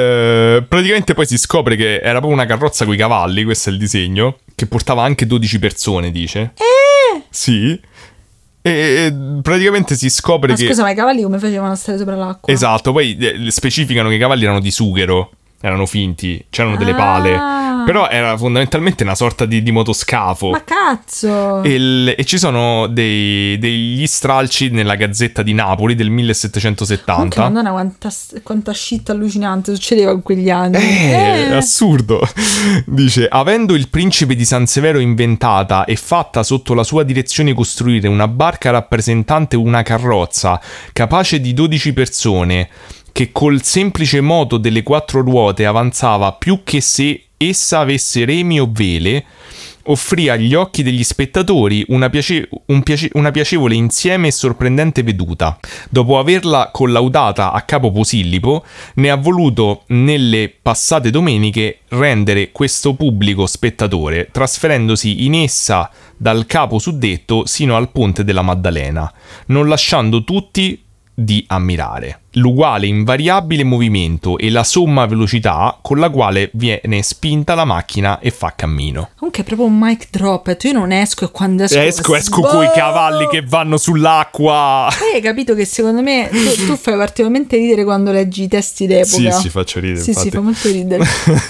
eh, praticamente poi si scopre che era proprio una carrozza coi cavalli, questo è il disegno, che portava anche dodici persone, dice. Eh! Sì. E, e praticamente si scopre ma che... scusa, ma i cavalli come facevano a stare sopra l'acqua? Esatto, poi eh, specificano che i cavalli erano di sughero, erano finti, c'erano delle ah. pale. Però era fondamentalmente una sorta di, di motoscafo. Ma cazzo! E, il, e ci sono dei, degli stralci nella Gazzetta di Napoli del millesettecentosettanta. Comunque, madonna, quanta, quanta shit allucinante succedeva in quegli anni. Eh, eh. È assurdo. Dice, avendo il principe di San Severo inventata e fatta sotto la sua direzione costruire una barca rappresentante una carrozza capace di dodici persone, che col semplice moto delle quattro ruote avanzava più che se essa avesse remi o vele, offrì agli occhi degli spettatori una, piace- un piace- una piacevole insieme e sorprendente veduta. Dopo averla collaudata a capo Posillipo, ne ha voluto nelle passate domeniche rendere questo pubblico spettatore, trasferendosi in essa dal capo suddetto sino al ponte della Maddalena, non lasciando tutti di ammirare l'uguale invariabile movimento e la somma velocità con la quale viene spinta la macchina e fa cammino. Comunque è proprio un mic drop. Io non esco e quando esco esco esco con i cavalli che vanno sull'acqua. Poi hai capito che secondo me tu, tu fai particolarmente ridere quando leggi i testi d'epoca. Sì, sì, faccio ridere. Sì, infatti. sì, fa molto ridere.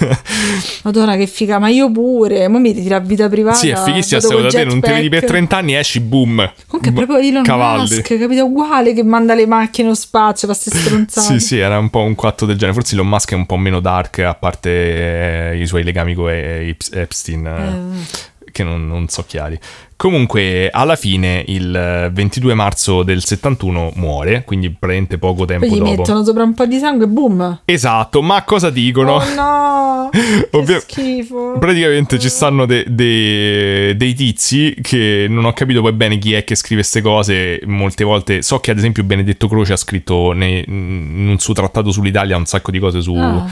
Madonna, che figa, ma io pure. Mo mi ritiro a vita privata. Sì, è fighissima sta cosa. Te non ti vedi per trenta anni, esci, boom. Comunque è proprio Elon cavalli. Musk, capito? Uguale, che manda le macchine allo spazio, fa ste stronzate. Sì, sì, era un po' un quatto del genere. Forse Elon Musk è un po' meno dark, a parte eh, i suoi legami con Epstein, eh, che non, non so chiari. Comunque, alla fine, il ventidue marzo del settantuno muore, quindi praticamente poco tempo poi gli dopo. mettono sopra un po' di sangue e boom. Esatto, ma cosa dicono? Oh no, che Ovvio- schifo. Praticamente ci stanno de- de- dei tizi che non ho capito poi bene chi è che scrive queste cose. Molte volte so che ad esempio Benedetto Croce ha scritto nei- in un suo trattato sull'Italia un sacco di cose su, Ah.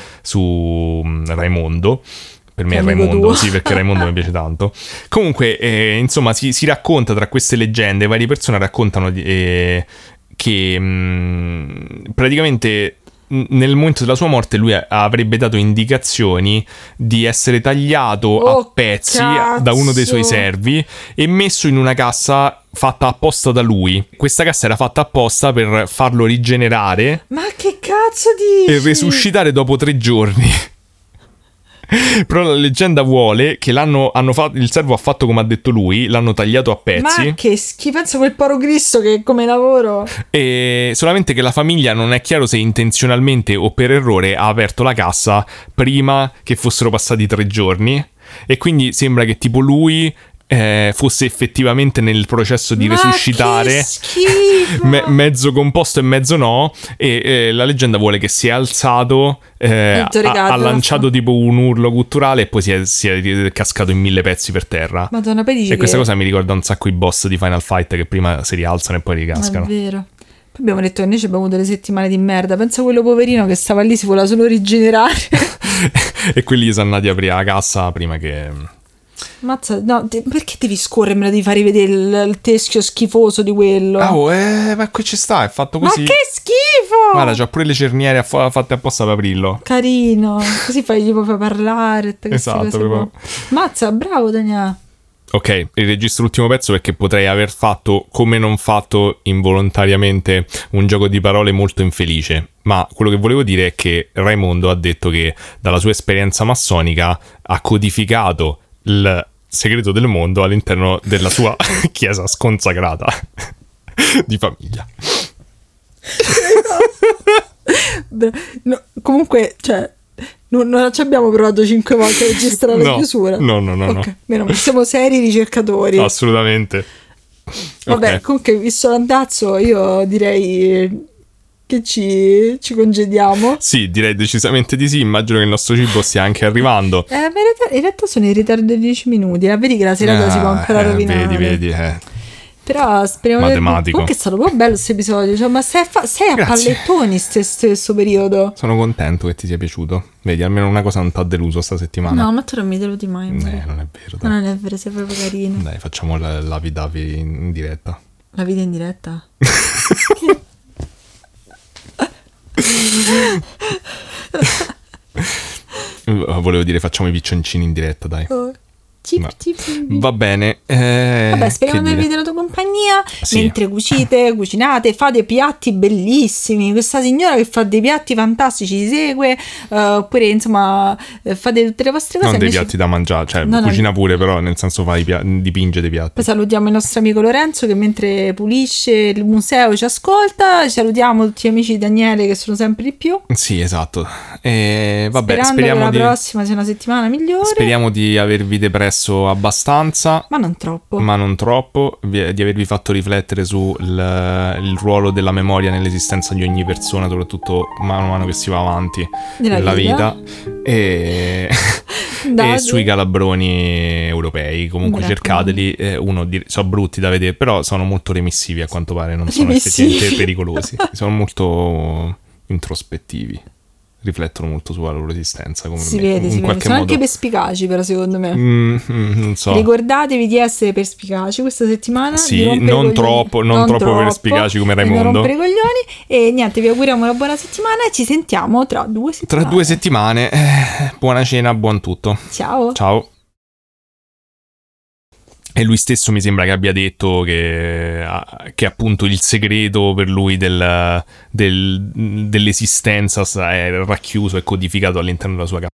su Raimondo. Per me Che è amico Raimondo, tuo. sì, perché Raimondo mi piace tanto. Comunque, eh, insomma, si, si racconta tra queste leggende, varie persone raccontano di- eh, che mh, praticamente n- nel momento della sua morte lui a- avrebbe dato indicazioni di essere tagliato Oh, a pezzi cazzo. da uno dei suoi servi e messo in una cassa fatta apposta da lui. Questa cassa era fatta apposta per farlo rigenerare Ma che cazzo dici? e resuscitare dopo tre giorni. Però la leggenda vuole che l'hanno hanno fatto, il servo ha fatto come ha detto lui, l'hanno tagliato a pezzi. Ma che schifo, pensa quel poro Cristo che come lavoro. E solamente che la famiglia non è chiaro se intenzionalmente o per errore ha aperto la cassa prima che fossero passati tre giorni. E quindi sembra che tipo lui eh, fosse effettivamente nel processo di Ma resuscitare. che schifo. Me- mezzo composto e mezzo no. E eh, la leggenda vuole che si è alzato, eh, ha, ha lanciato tipo un urlo gutturale e poi si è, si è cascato in mille pezzi per terra. Madonna, poi dici E questa che... cosa mi ricorda un sacco i boss di Final Fight che prima si rialzano e poi ricascano. Ma è vero. Poi abbiamo detto che noi ci abbiamo avuto delle settimane di merda. Pensa a quello poverino che stava lì, si voleva solo rigenerare. E quelli sono andati a aprire la cassa prima che... Mazza, no, te- perché devi scorrere? Me la devi fare vedere il, il teschio schifoso di quello. Ah, oh, eh, ma qui ci sta, è fatto così. Ma che schifo! Guarda, c'ha pure le cerniere aff- fatte apposta per aprirlo. Carino, così fai, gli puoi far parlare. tutte queste Esatto, cose proprio. qua. Mazza, bravo Daniele. Ok, riregistro l'ultimo pezzo perché potrei aver fatto, come non fatto involontariamente, un gioco di parole molto infelice. Ma quello che volevo dire è che Raimondo ha detto che dalla sua esperienza massonica ha codificato il segreto del mondo all'interno della sua chiesa sconsacrata di famiglia. No, comunque, cioè, non, non ci abbiamo provato cinque volte a registrare la no, chiusura. No, no, no, okay, no. Meno male, siamo seri ricercatori. Assolutamente. Vabbè, okay. Comunque, visto l'andazzo, io direi che ci, ci congediamo. Sì, direi decisamente di sì. Immagino che il nostro cibo stia anche arrivando. Eh, ma in realtà, in realtà sono in ritardo di dieci minuti. Eh. Vedi che la serata ah, si può ancora eh, rovinare. Vedi, vedi, eh. Però speriamo Matematico. che... Comunque è stato proprio bello questo episodio. Cioè, ma sei, fa... sei a Grazie. pallettoni stesso periodo. Sono contento che ti sia piaciuto. Vedi, almeno una cosa non ti ha deluso sta settimana. No, ma tu non mi deludi mai. Eh, non è vero. Dai. Ma non è vero, sei proprio carino. Dai, facciamo la, la vidavi in diretta. La vita in diretta? Volevo dire facciamo i piccioncini in diretta, dai. Oh. Cip, no. cip, cip. Va bene. Eh, Vabbè, speriamo di avervi tenuto compagnia sì. mentre cucite, cucinate, fate piatti bellissimi. Questa signora che fa dei piatti fantastici ci segue, uh, oppure insomma fate tutte le vostre cose. Non dei invece... piatti da mangiare, cioè no, cucina no. pure, però nel senso fai pia- dipinge dei piatti. Poi salutiamo il nostro amico Lorenzo che mentre pulisce il museo ci ascolta. Ci salutiamo tutti gli amici di Daniele che sono sempre di più. Sì, esatto. E vabbè, Sperando speriamo che la di... prossima sia una settimana migliore. Speriamo di avervi depresso abbastanza, ma non troppo, ma non troppo, di avervi fatto riflettere sul il ruolo della memoria nell'esistenza di ogni persona, soprattutto mano a mano che si va avanti nella nella vita, vita e, e sui calabroni europei. Comunque Grazie. cercateli, eh, uno di, sono brutti da vedere, però sono molto remissivi a quanto pare, non sono remissivi. effettivamente pericolosi, sono molto introspettivi. Riflettono molto sulla loro esistenza, come si me. vede, in si qualche vede. Sono modo... anche perspicaci, però secondo me mm, mm, non so. Ricordatevi di essere perspicaci questa settimana, sì, non troppo non, non troppo, troppo perspicaci come Raimondo, non rompere i coglioni. E niente, vi auguriamo una buona settimana e ci sentiamo tra due settimane tra due settimane eh, buona cena, buon tutto, ciao ciao. E lui stesso mi sembra che abbia detto che, che appunto il segreto per lui del, del, dell'esistenza è racchiuso e codificato all'interno della sua